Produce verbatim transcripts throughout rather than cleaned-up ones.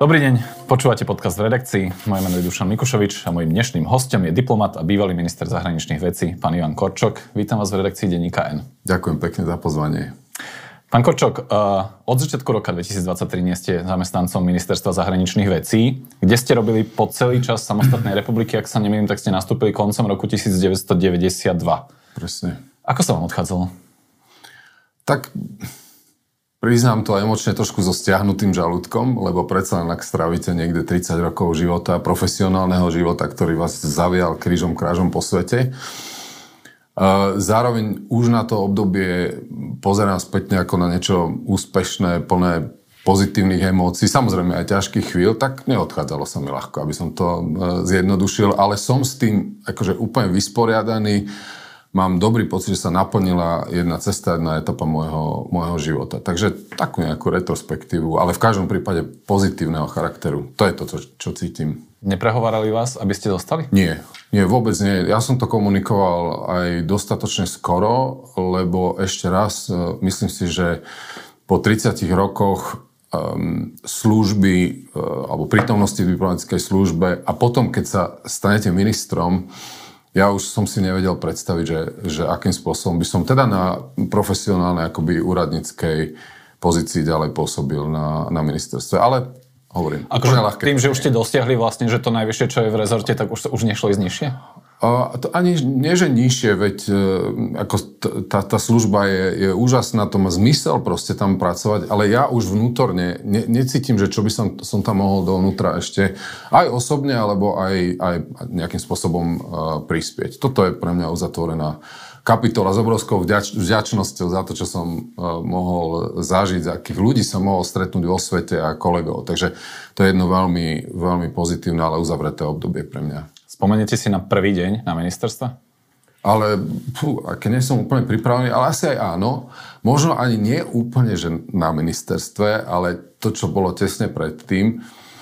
Dobrý deň, počúvate podcast v redakcii. Moje meno je Dušan Mikušovič a mojím dnešným hostom je diplomat a bývalý minister zahraničných vecí, pán Ivan Korčok. Vítam vás v redakcii denníka N. Ďakujem pekne za pozvanie. Pán Korčok, od začiatku roka dvetisíctridsaťtri nie ste zamestnancom ministerstva zahraničných vecí, kde ste robili po celý čas samostatnej republiky, ak sa nemýlim, tak ste nastúpili koncom roku devätnásťstodeväťdesiatdva. Presne. Ako sa vám odchádzalo? Tak priznám to emočne trošku so stiahnutým žalúdkom, lebo predsa len ak strávite niekde tridsať rokov života, profesionálneho života, ktorý vás zavial krížom krážom po svete. Zároveň už na to obdobie pozerám spätne ako na niečo úspešné, plné pozitívnych emócií, samozrejme aj ťažkých chvíľ, tak neodchádzalo sa mi ľahko, aby som to zjednodušil, ale som s tým akože úplne vysporiadaný. Mám dobrý pocit, že sa naplnila jedna cesta, jedna etapa môjho, môjho života. Takže takú nejakú retrospektívu, ale v každom prípade pozitívneho charakteru. To je to, čo, čo cítim. Neprehovárali vás, aby ste zostali? Nie, nie, vôbec nie. Ja som to komunikoval aj dostatočne skoro, lebo ešte raz, myslím si, že po tridsiatich rokoch um, služby uh, alebo prítomnosti v diplomatickej službe a potom, keď sa stanete ministrom, ja už som si nevedel predstaviť, že, že akým spôsobom by som teda na profesionálnej akoby úradníckej pozícii ďalej pôsobil na, na ministerstve. Ale hovorím. Akože tým, že už ste dosiahli vlastne, že to najvyššie, čo je v rezorte, tak už, už nešlo ísť nižšie? A to ani nie, že nižšie, veď ako tá, tá služba je, je úžasná, to má zmysel proste tam pracovať, ale ja už vnútorne ne, necítim, že čo by som, som tam mohol dovnútra ešte aj osobne, alebo aj, aj nejakým spôsobom uh, prispieť. Toto je pre mňa uzatvorená kapitola s obrovskou vďač, vďačnosťou za to, čo som uh, mohol zažiť, za akých ľudí som mohol stretnúť vo svete a kolegov. Takže to je jedno veľmi, veľmi pozitívne, ale uzavreté obdobie pre mňa. Spomeniete si na prvý deň na ministerstve? Ale, fú, keď nie som úplne pripravený, ale asi aj áno. Možno ani nie úplne, že na ministerstve, ale to, čo bolo tesne predtým.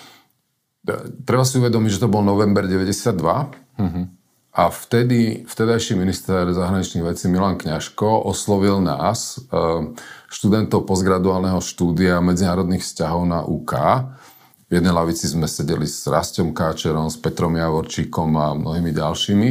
Treba si uvedomiť, že to bol november deväťdesiatdva mm-hmm. a vtedy, vtedajší minister zahraničných vecí Milan Kňažko oslovil nás, študentov postgraduálneho štúdia medzinárodných vzťahov na ú ká. V jednej lavici sme sedeli s Rastom Káčerom, s Petrom Javorčíkom a mnohými ďalšími,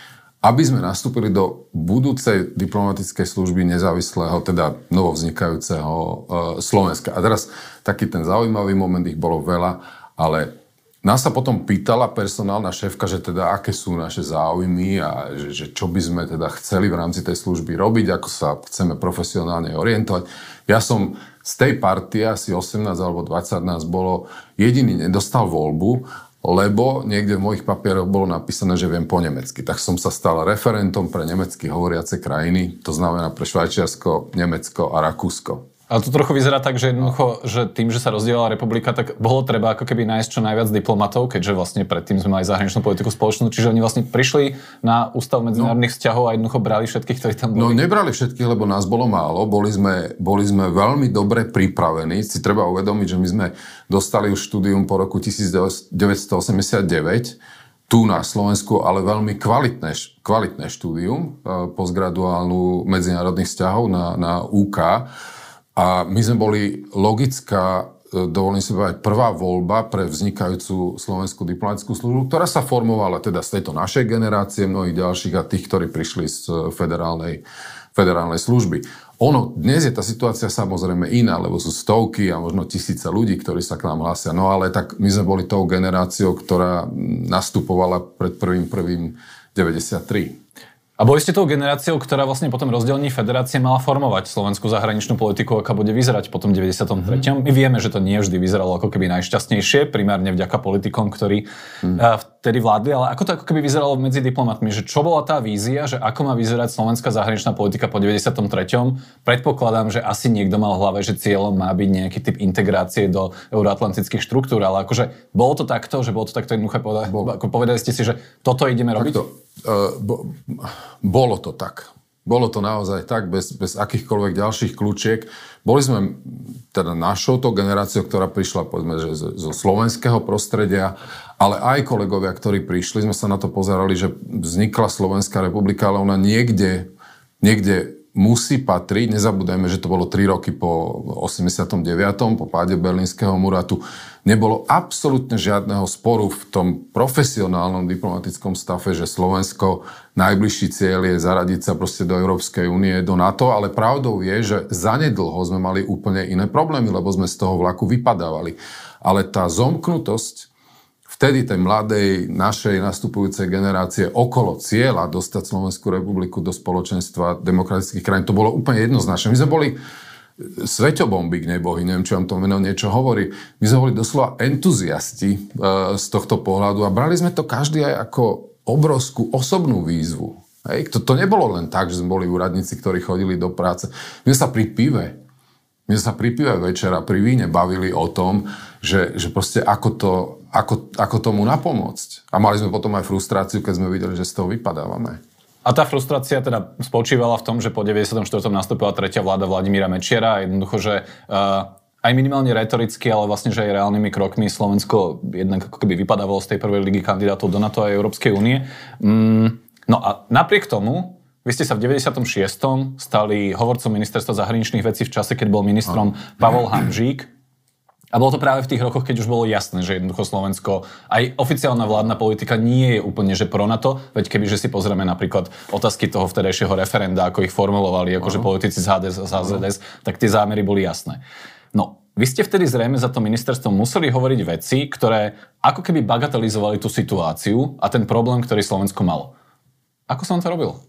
aby sme nastúpili do budúcej diplomatickej služby nezávislého, teda novovznikajúceho e, Slovenska. A teraz taký ten zaujímavý moment, ich bolo veľa, ale nás sa potom pýtala personálna šéfka, že teda aké sú naše záujmy a že, že čo by sme teda chceli v rámci tej služby robiť, ako sa chceme profesionálne orientovať. Ja som z tej partie, asi osemnásť alebo dvadsať nás bolo, jediný nedostal voľbu, lebo niekde v mojich papieroch bolo napísané, že viem po nemecky. Tak som sa stal referentom pre nemecky hovoriace krajiny, to znamená pre Švajčiarsko, Nemecko a Rakúsko. Ale to trochu vyzerá tak, že jednoducho, že tým, že sa rozdielala republika, tak bolo treba ako keby nájsť čo najviac diplomatov, keďže vlastne predtým sme mali zahraničnú politiku spoločnú, čiže oni vlastne prišli na Ústav medzinárodných no, vzťahov a jednoducho brali všetkých, ktorí tam boli. No nebrali všetkých, lebo nás bolo málo, boli sme, boli sme veľmi dobre pripravení. Si treba uvedomiť, že my sme dostali už štúdium po roku devätnásťstoosemdesiatdeväť, tu na Slovensku, ale veľmi kvalitné, kvalitné štúdium, postgraduálnu medzinárodných vzťahov na, na ú ká. A my sme boli logická, dovolím si povedať, prvá voľba pre vznikajúcu slovenskú diplomatickú službu, ktorá sa formovala teda z tejto našej generácie, mnohých ďalších a tých, ktorí prišli z federálnej, federálnej služby. Ono, dnes je tá situácia samozrejme iná, lebo sú stovky a možno tisíce ľudí, ktorí sa k nám hlásia. No ale tak my sme boli tou generáciou, ktorá nastupovala pred prvým prvým deväťdesiattri. A boli ste tou generáciou, ktorá vlastne potom rozdelení federácie mala formovať slovenskú zahraničnú politiku, aká bude vyzerať po tom deväťdesiatom treťom. Mm. My vieme, že to nie vždy vyzeralo ako keby najšťastnejšie, primárne vďaka politikom, ktorí mm. vtedy vládli, ale ako to ako keby vyzeralo medzi diplomatmi, že čo bola tá vízia, že ako má vyzerať slovenská zahraničná politika po deväťdesiatom treťom. Predpokladám, že asi niekto mal v hlave, že cieľom má byť nejaký typ integrácie do euroatlantických štruktúr, ale akože bolo to takto, že bolo to takto jednoduché povedať, Bol. ako povedali ste si, že toto ideme robiť? Takto. Uh, bo, bolo to tak. Bolo to naozaj tak, bez, bez akýchkoľvek ďalších kľúčiek. Boli sme teda našou to generáciou, ktorá prišla povedzme, že zo slovenského prostredia, ale aj kolegovia, ktorí prišli, sme sa na to pozerali, že vznikla Slovenská republika, ale ona niekde, niekde musí patriť, nezabudajme, že to bolo tri roky po osemdesiatom deviatom po páde Berlínskeho múru a tu nebolo absolútne žiadneho sporu v tom profesionálnom diplomatickom stave, že Slovensko najbližší cieľ je zaradiť sa proste do Európskej únie, do NATO, ale pravdou je, že zanedlho sme mali úplne iné problémy, lebo sme z toho vlaku vypadávali. Ale tá zomknutosť vtedy tej mladej, našej nastupujúcej generácie okolo cieľa dostať Slovenskú republiku do spoločenstva demokratických krajín, to bolo úplne jednoznačné. My sme boli sveťobombík nebohy, neviem, čo vám to meno niečo hovorí. My sme boli doslova entuziasti e, z tohto pohľadu a brali sme to každý aj ako obrovskú osobnú výzvu. Hej? To, to nebolo len tak, že sme boli úradníci, ktorí chodili do práce. My sa pri pive, my sa pri pive večera, pri víne bavili o tom, že, že proste ako, to, ako, ako tomu napomôcť. A mali sme potom aj frustráciu, keď sme videli, že z toho vypadávame. A tá frustrácia teda spočívala v tom, že po deväťdesiatom štvrtom nastúpila tretia vláda Vladimíra Mečiara a jednoducho, že uh, aj minimálne retoricky, ale vlastne, že aj reálnymi krokmi Slovensko jednak ako keby vypadávalo z tej prvej ligy kandidátov do NATO a Európskej únie. Mm, no a napriek tomu, vy ste sa v deväťdesiatom šiestom stali hovorcom ministerstva zahraničných vecí v čase, keď bol ministrom Pavol Hanžík. A bolo to práve v tých rokoch, keď už bolo jasné, že jednoducho Slovensko, aj oficiálna vládna politika nie je úplne, že pro NATO, veď kebyže si pozrieme napríklad otázky toho vtedajšieho referenda, ako ich formulovali, akože politici z há dé es a z há zet es, tak tie zámery boli jasné. No, vy ste vtedy zrejme za to ministerstvo museli hovoriť veci, ktoré ako keby bagatelizovali tú situáciu a ten problém, ktorý Slovensko malo. Ako sa vám to robilo?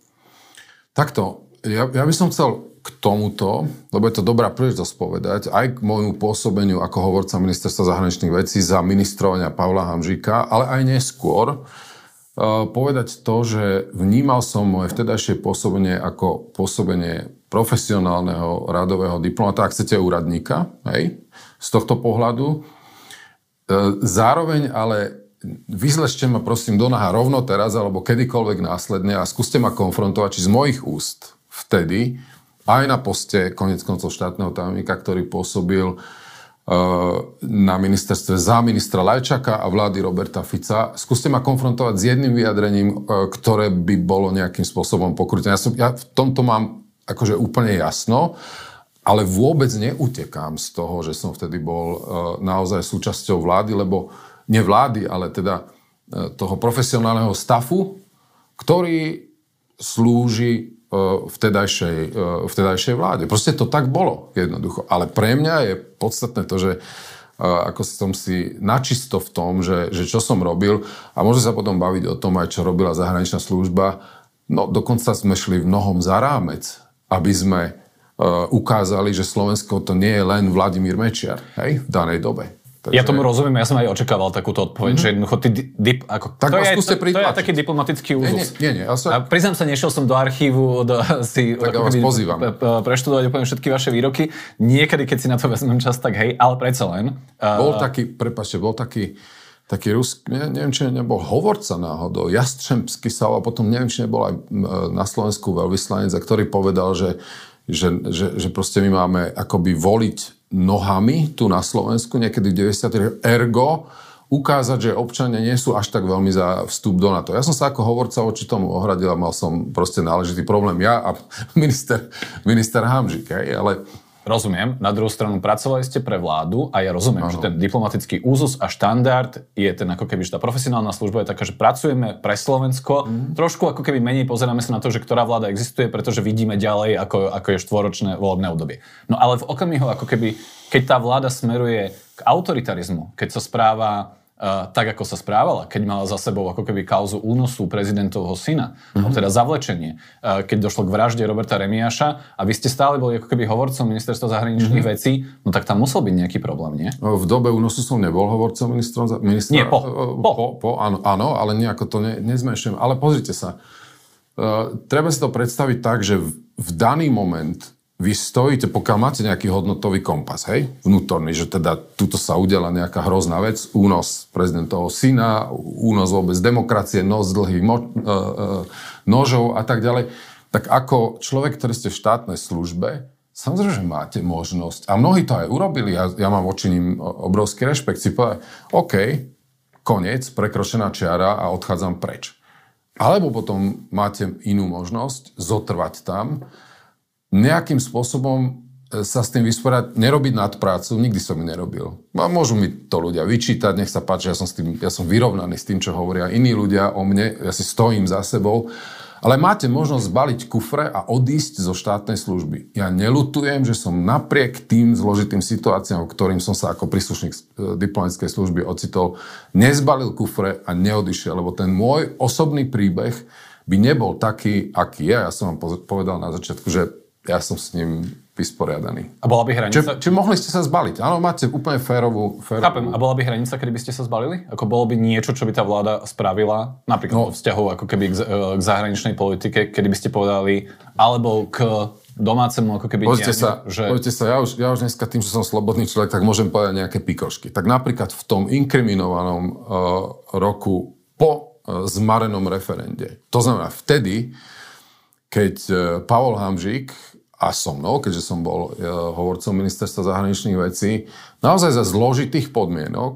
Takto, ja, ja by som chcel k tomuto, lebo je to dobrá príležitosť povedať, aj k môjmu pôsobeniu ako hovorca ministerstva zahraničných vecí za ministrovania Pavla Hanžíka, ale aj neskôr, uh, povedať to, že vnímal som moje vtedajšie pôsobenie ako pôsobenie profesionálneho radového diplomata, ak chcete úradníka, hej, z tohto pohľadu. Uh, zároveň ale vyzlešte ma prosím do naha rovno teraz, alebo kedykoľvek následne a skúste ma konfrontovať, či z mojich úst vtedy aj na poste koniec koncov štátneho tajomníka, ktorý pôsobil uh, na ministerstve za ministra Lajčaka a vlády Roberta Fica. Skúste ma konfrontovať s jedným vyjadrením, uh, ktoré by bolo nejakým spôsobom pokryté. Ja, som, ja v tomto mám akože úplne jasno, ale vôbec neutekám z toho, že som vtedy bol uh, naozaj súčasťou vlády, lebo nie vlády, ale teda uh, toho profesionálneho stafu, ktorý slúži vtedajšej, vtedajšej vláde. Proste to tak bolo jednoducho. Ale pre mňa je podstatné to, že ako som si načisto v tom, že, že čo som robil a môže sa potom baviť o tom aj, čo robila zahraničná služba. No dokonca sme šli v mnohom za rámec, aby sme uh, ukázali, že Slovensko to nie je len Vladimír Mečiar, hej, v danej dobe. Takže... Ja tomu rozumiem, ja som aj očakával takúto odpoveď, mm-hmm. že jednoducho ty dip, ako, tak to, je, to, to je taký diplomatický úzus. Nie, nie, nie. Ja sa... A priznám sa, nešiel som do archívu do, si tak ja vás pozývam. Preštudovať úplne všetky vaše výroky. Niekedy, keď si na to vezmem čas, tak hej, ale predsa len. Bol taký, prepáčte, bol taký taký ruský, neviem, či nebol hovorca náhodou, Jastřembský sa, a potom neviem, či nebol aj na Slovensku veľvyslanec, ktorý povedal, že, že, že, že proste my máme akoby voliť nohami tu na Slovensku, niekedy v deväťdesiatych ergo ukázať, že občania nie sú až tak veľmi za vstup do NATO. Ja som sa ako hovorca voči tomu ohradil a mal som proste náležitý problém. Ja a minister, minister Hanžík, ale... Rozumiem. Na druhú stranu pracovali ste pre vládu a ja rozumiem, ano. Že ten diplomatický úzus a štandard je ten ako keby, že tá profesionálna služba je taká, že pracujeme pre Slovensko. Mm. Trošku ako keby menej pozeráme sa na to, že ktorá vláda existuje, pretože vidíme ďalej, ako, ako je štvoročné volebné obdobie. No ale v okamihu, ako keby, keď tá vláda smeruje k autoritarizmu, keď sa správa Uh, tak, ako sa správala, keď mala za sebou ako keby kauzu únosu prezidentovho syna, mm-hmm. teda zavlečenie, uh, keď došlo k vražde Roberta Remiáša a vy ste stále boli ako keby hovorcom ministerstva zahraničných mm-hmm. vecí, no tak tam musel byť nejaký problém, nie? V dobe únosu som nebol hovorcom ministrom... Ministra, nie, po. Po, po, po áno, áno, ale nejako to ne, nezmenšujem. Ale pozrite sa, uh, treba si to predstaviť tak, že v, v daný moment vy stojíte, pokiaľ máte nejaký hodnotový kompas, hej, vnútorný, že teda tuto sa udiala nejaká hrozná vec, únos prezidentovho syna, únos vôbec demokracie, nos dlhých mo- e, e, nožov a tak ďalej, tak ako človek, ktorý ste v štátnej službe, samozrejme, že máte možnosť, a mnohí to aj urobili, ja, ja mám voči nim obrovský rešpekt, si povedať, OK, koniec, prekročená čiara a odchádzam preč. Alebo potom máte inú možnosť zotrvať tam nejakým spôsobom sa s tým vysporiadať, nerobiť nadprácu, nikdy som ju nerobil. Môžu mi to ľudia vyčítať, nech sa páči, ja som, s tým, ja som vyrovnaný s tým, čo hovoria iní ľudia o mne, ja si stojím za sebou, ale máte možnosť zbaliť kufre a odísť zo štátnej služby. Ja neľutujem, že som napriek tým zložitým situáciám, ktorým som sa ako príslušník diplomatickej služby ocitol, nezbalil kufre a neodišiel, lebo ten môj osobný príbeh by nebol taký, aký je. Ja som vám povedal na začiatku, že ja som s ním vysporiadaný. A bola by hranica? Či, či mohli ste sa zbaliť? Áno, máte úplne férovú... férovú... Chápem. A bola by hranica, kedy by ste sa zbalili? Ako bolo by niečo, čo by tá vláda spravila, napríklad no. vo vzťahu ako keby k, k zahraničnej politike, kedy by ste povedali, alebo k domácemu ako keby... Pozrite sa, že... Pozrite sa, ja už, ja už dneska tým, že som slobodný človek, tak môžem povedať nejaké pikošky. Tak napríklad v tom inkriminovanom uh, roku po uh, zmarenom referende. To znamená vtedy, keď uh, Pavol Hamžík a so mnou, keďže som bol uh, hovorcom ministerstva zahraničných vecí, naozaj za zložitých podmienok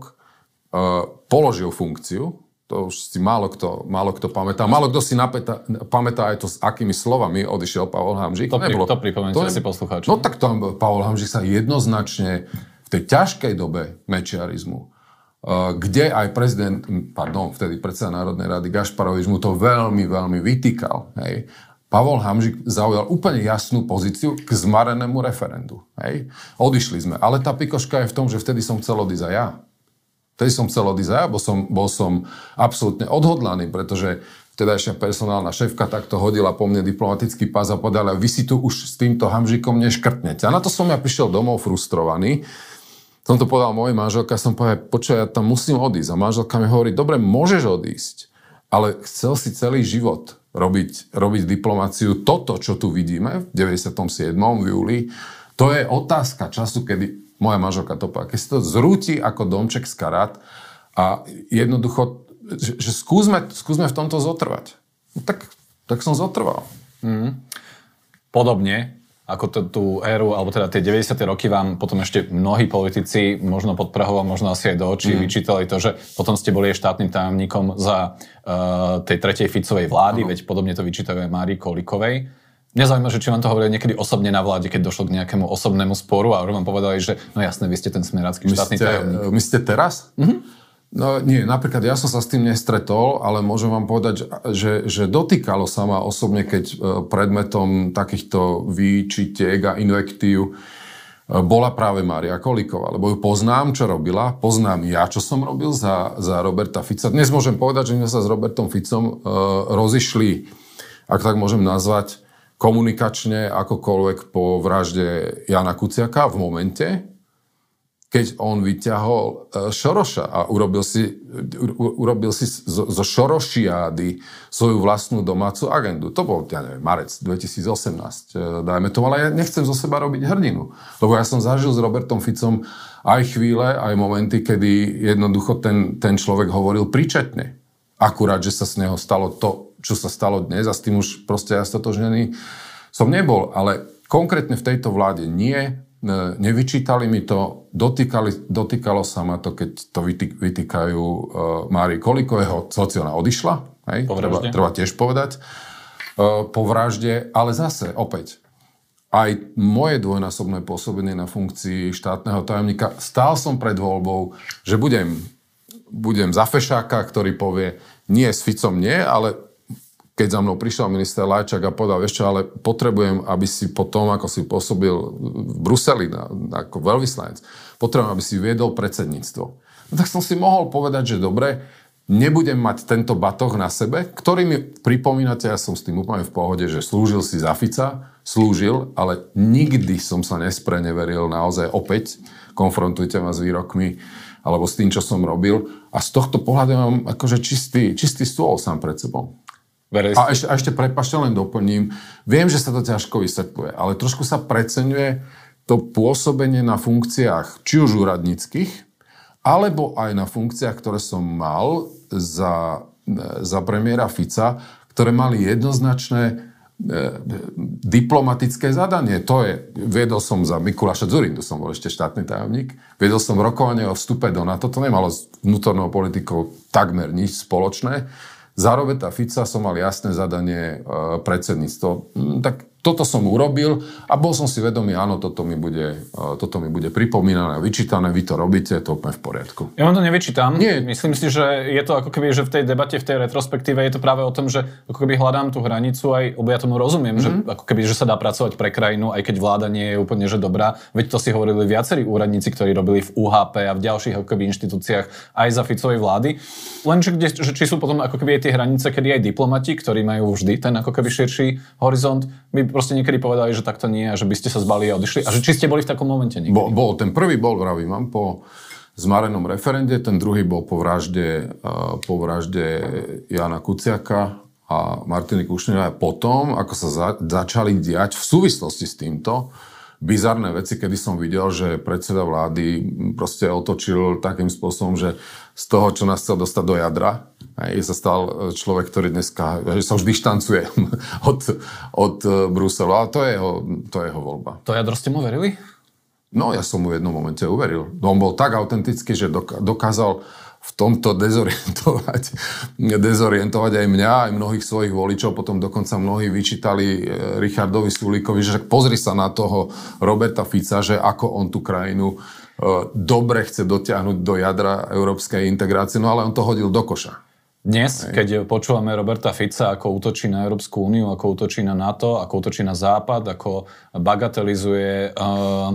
uh, položil funkciu. To už si málo kto, málo kto pamätá. Málo kto si napätá, pamätá aj to, s akými slovami odišiel Pavol Hamžík. To, pri, to pripomeňte si poslucháčom. No tak tam Pavol Hamžík sa jednoznačne v tej ťažkej dobe mečiarizmu, uh, kde aj prezident, pardon, vtedy predseda Národnej rady Gašparovič mu to veľmi, veľmi vytýkal, hej. Pavol Hamžík zaujal úplne jasnú pozíciu k zmarenému referendu. Hej. Odišli sme. Ale tá pikoška je v tom, že vtedy som chcel odísť aj ja. Vtedy som chcel odísť aj ja, bo som, bol som absolútne odhodlaný, pretože vtedajšia personálna šéfka takto hodila po mne diplomatický pás a povedala, vy si tu už s týmto Hamžíkom neškrtnete. A na to som ja prišiel domov frustrovaný. Som to povedal mojej manželke, som povedal, počuj, ja tam musím odísť. A manželka mi hovorí, dobre, môžeš odísť, ale chcel si celý život robiť, robiť diplomáciu. Toto, čo tu vidíme v deväťdesiatom siedmom v júli, to je otázka času, kedy moja manželka to povie, keď si to zrúti ako domček z karát a jednoducho, že, že skúsme, skúsme v tomto zotrvať. No tak, tak som zotrval. Mm. Podobne ako to, tú éru, alebo teda tie deväťdesiate roky vám potom ešte mnohí politici, možno pod Prahou, možno asi aj do očí, mm. vyčítali to, že potom ste boli aj štátnym tajomníkom za uh, tej tretej Ficovej vlády, ano. Veď podobne to vyčítajú aj Márii Kolíkovej. Mňa zaujíma, že či vám to hovorili niekedy osobne na vláde, keď došlo k nejakému osobnému sporu a vám povedali, že no jasné, vy ste ten smerácky štátny tajomník. Myslíte teraz? Mhm. No nie, napríklad ja som sa s tým nestretol, ale môžem vám povedať, že, že dotýkalo sa ma osobne, keď predmetom takýchto výčitiek a invektív bola práve Mária Kolíková, lebo ju poznám, čo robila, poznám ja, čo som robil za, za Roberta Fica. Dnes môžem povedať, že sme sa s Robertom Ficom e, rozišli, ak tak môžem nazvať, komunikačne akokoľvek po vražde Jana Kuciaka v momente, keď on vyťahol Šoroša a urobil si, urobil si zo, zo Šorošiády svoju vlastnú domácu agendu. To bol, ja neviem, marec dvetisícosemnásť. Dajme to, ale ja nechcem zo seba robiť hrdinu. Lebo ja som zažil s Robertom Ficom aj chvíle, aj momenty, kedy jednoducho ten, ten človek hovoril príčetne. Akurát, že sa z neho stalo to, čo sa stalo dnes a s tým už proste ja stotožnený som nebol. Ale konkrétne v tejto vláde nie. Nevyčítali mi to, dotýkali, dotýkalo sa ma to, keď to vytýkajú uh, Márii Kolíkovej, hoci ona odišla, hej, treba, treba tiež povedať, uh, po vražde, ale zase, opäť, aj moje dvojnásobné pôsobenie na funkcii štátneho tajomníka, stál som pred voľbou, že budem, budem za fešáka, ktorý povie, nie s Ficom nie, ale keď za mnou prišiel minister Lajčák a povedal, vieš čo, ale potrebujem, aby si potom, ako si pôsobil v Bruseli na, ako veľvyslanec, potrebujem, aby si viedol predsedníctvo. No tak som si mohol povedať, že dobre, nebudem mať tento batoh na sebe, ktorý mi pripomínate, ja som s tým úplne v pohode, že slúžil si za Fica, slúžil, ale nikdy som sa nespreneveril naozaj opäť, konfrontujte ma s výrokmi, alebo s tým, čo som robil. A z tohto pohľadu mám akože čistý, čistý stôl sám pred sebou. A ešte, a ešte prepáčte, len doplním. Viem, že sa to ťažko vysvetľuje, ale trošku sa preceňuje to pôsobenie na funkciách, či už úradníckych, alebo aj na funkciách, ktoré som mal za, za premiéra Fica, ktoré mali jednoznačné e, diplomatické zadanie. To je, viedol som za Mikuláša Dzurindu, som bol ešte štátny tajomník, viedol som rokovanie o vstupe do NATO, to nemalo s vnútornou politikou takmer nič spoločné. Za Roberta Fica som mal jasné zadanie e, predsedníctvo. Tak toto som urobil a bol som si vedomý, áno, toto mi bude, toto mi bude pripomínané a vyčítané, vy to robíte, to úplne v poriadku. Ja vám to nevyčítam. Nie. Myslím si, že je to ako keby, že v tej debate, v tej retrospektíve je to práve o tom, že ako keby hľadám tú hranicu, aj, lebo ja tomu rozumiem, mm-hmm. že ako keby, že sa dá pracovať pre krajinu, aj keď vláda nie je úplne, že dobrá. Veď to si hovorili viacerí úradníci, ktorí robili v ú há pé a v ďalších ako keby inštitúciách aj za Ficovej vlády. Lenže kde, že či sú potom ako keby aj tie hranice, kedy aj diplomati, ktorí majú vždy ten ako keby širší horizont, by proste niekedy povedali, že takto nie a že by ste sa zbali a odišli. A že či ste boli v takom momente niekedy? Bol, bol ten prvý bol, vravím vám, po zmarenom referende, ten druhý bol po vražde, uh, po vražde Jána Kuciaka a Martiny Kušnera. A potom, ako sa za, začali diať v súvislosti s týmto bizarné veci, kedy som videl, že predseda vlády proste otočil takým spôsobom, že z toho, čo nás chcel dostať do jadra, je sa stal človek, ktorý dneska že sa už dištancuje od, od Bruselu. Ale to je, jeho, to je jeho voľba. To jadro ste mu verili? No, ja som mu v jednom momente uveril. On bol tak autentický, že dokázal v tomto dezorientovať, dezorientovať aj mňa, aj mnohých svojich voličov. Potom dokonca mnohí vyčítali Richardovi Sulíkovi, že pozri sa na toho Roberta Fica, že ako on tú krajinu dobre chce dotiahnuť do jadra európskej integrácie, no ale on to hodil do koša. Dnes, keď počúvame Roberta Fica, ako útočí na Európsku úniu, ako útočí na NATO, ako útočí na Západ, ako bagatelizuje uh,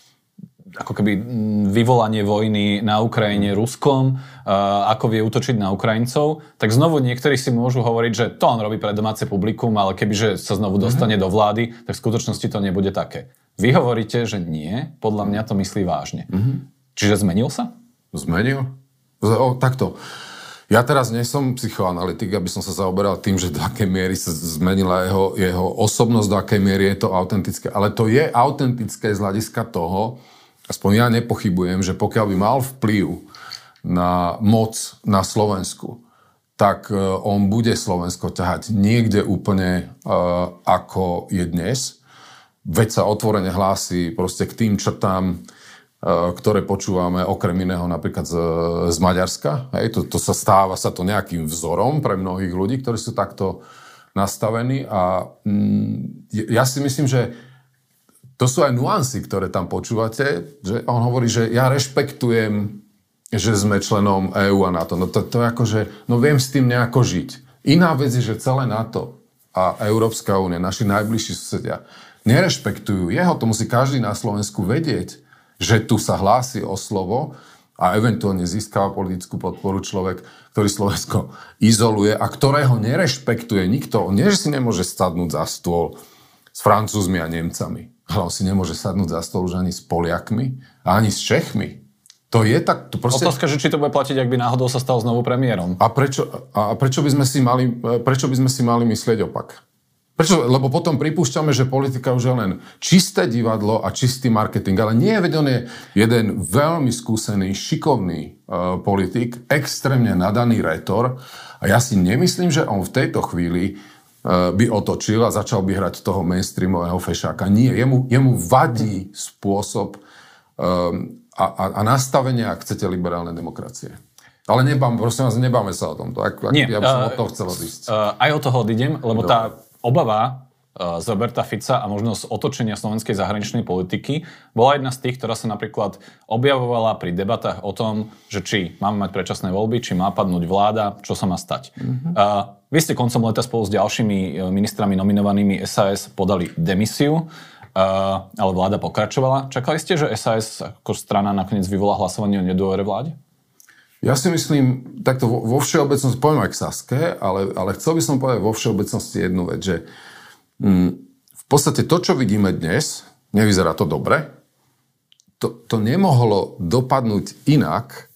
ako keby vyvolanie vojny na Ukrajine Ruskom, uh, ako vie útočiť na Ukrajincov, tak znovu niektorí si môžu hovoriť, že to on robí pre domáce publikum, ale kebyže sa znovu dostane mm-hmm. do vlády, tak v skutočnosti to nebude také. Vy hovoríte, že nie, podľa mňa to myslí vážne. Mm-hmm. Čiže zmenil sa? Zmenil? O, takto. Ja teraz nie som psychoanalytik, aby som sa zaoberal tým, že do akej miery sa zmenila jeho, jeho osobnosť, do akej miery je to autentické. Ale to je autentické z hľadiska toho, aspoň ja nepochybujem, že pokiaľ by mal vplyv na moc na Slovensku, tak on bude Slovensko ťahať niekde úplne uh, ako je dnes. Veď sa otvorene hlási proste k tým črtám, ktoré počúvame okrem iného napríklad z, z Maďarska. Hej, to, to sa stáva sa to nejakým vzorom pre mnohých ľudí, ktorí sú takto nastavení a mm, ja si myslím, že to sú aj nuancy, ktoré tam počúvate, že on hovorí, že ja rešpektujem, že sme členom é ú a NATO. No to, to je ako, že no viem s tým nejako žiť. Iná vec je, že celé NATO a Európska únia, naši najbližší susedia, nerešpektujú jeho, to musí každý na Slovensku vedieť, že tu sa hlási o slovo a eventuálne získava politickú podporu človek, ktorý Slovensko izoluje a ktorého nerešpektuje nikto. On nie, že si nemôže sadnúť za stôl s Francúzmi a Nemcami, ale on si nemôže sadnúť za stôl už ani s Poliakmi a ani s Čechmi. To je tak... To proste... Otázka, že či to bude platiť, ak by náhodou sa stal znovu premiérom. A prečo, a prečo, by sme si mali, prečo by sme si mali myslieť opak? Prečo? Lebo potom pripúšťame, že politika už je len čisté divadlo a čistý marketing. Ale nie, veď on je jeden veľmi skúsený, šikovný uh, politik, extrémne nadaný rétor. A ja si nemyslím, že on v tejto chvíli uh, by otočil a začal by hrať toho mainstreamového fešáka. Nie, jemu, jemu vadí spôsob um, a, a, a nastavenie, ak chcete, liberálnej demokracie. Ale nebám, prosím vás, nebáme sa o tomto. Ak, ak, nie, ja by som uh, od toho chcel odísť. Uh, aj od toho odídem, lebo Dobre. tá obava z Roberta Fica a možnosť otočenia slovenskej zahraničnej politiky bola jedna z tých, ktorá sa napríklad objavovala pri debatách o tom, že či máme mať predčasné voľby, či má padnúť vláda, čo sa má stať. Mm-hmm. Uh, vy ste koncom leta spolu s ďalšími ministrami nominovanými es a es podali demisiu, uh, ale vláda pokračovala. Čakali ste, že es a es ako strana nakoniec vyvolá hlasovanie o nedôvere vláde? Ja si myslím, takto vo, vo všeobecnosti, poviem aj k Saske, ale, ale chcel by som povedať vo všeobecnosti jednu vec, že mm, v podstate to, čo vidíme dnes, nevyzerá to dobre, to, to nemohlo dopadnúť inak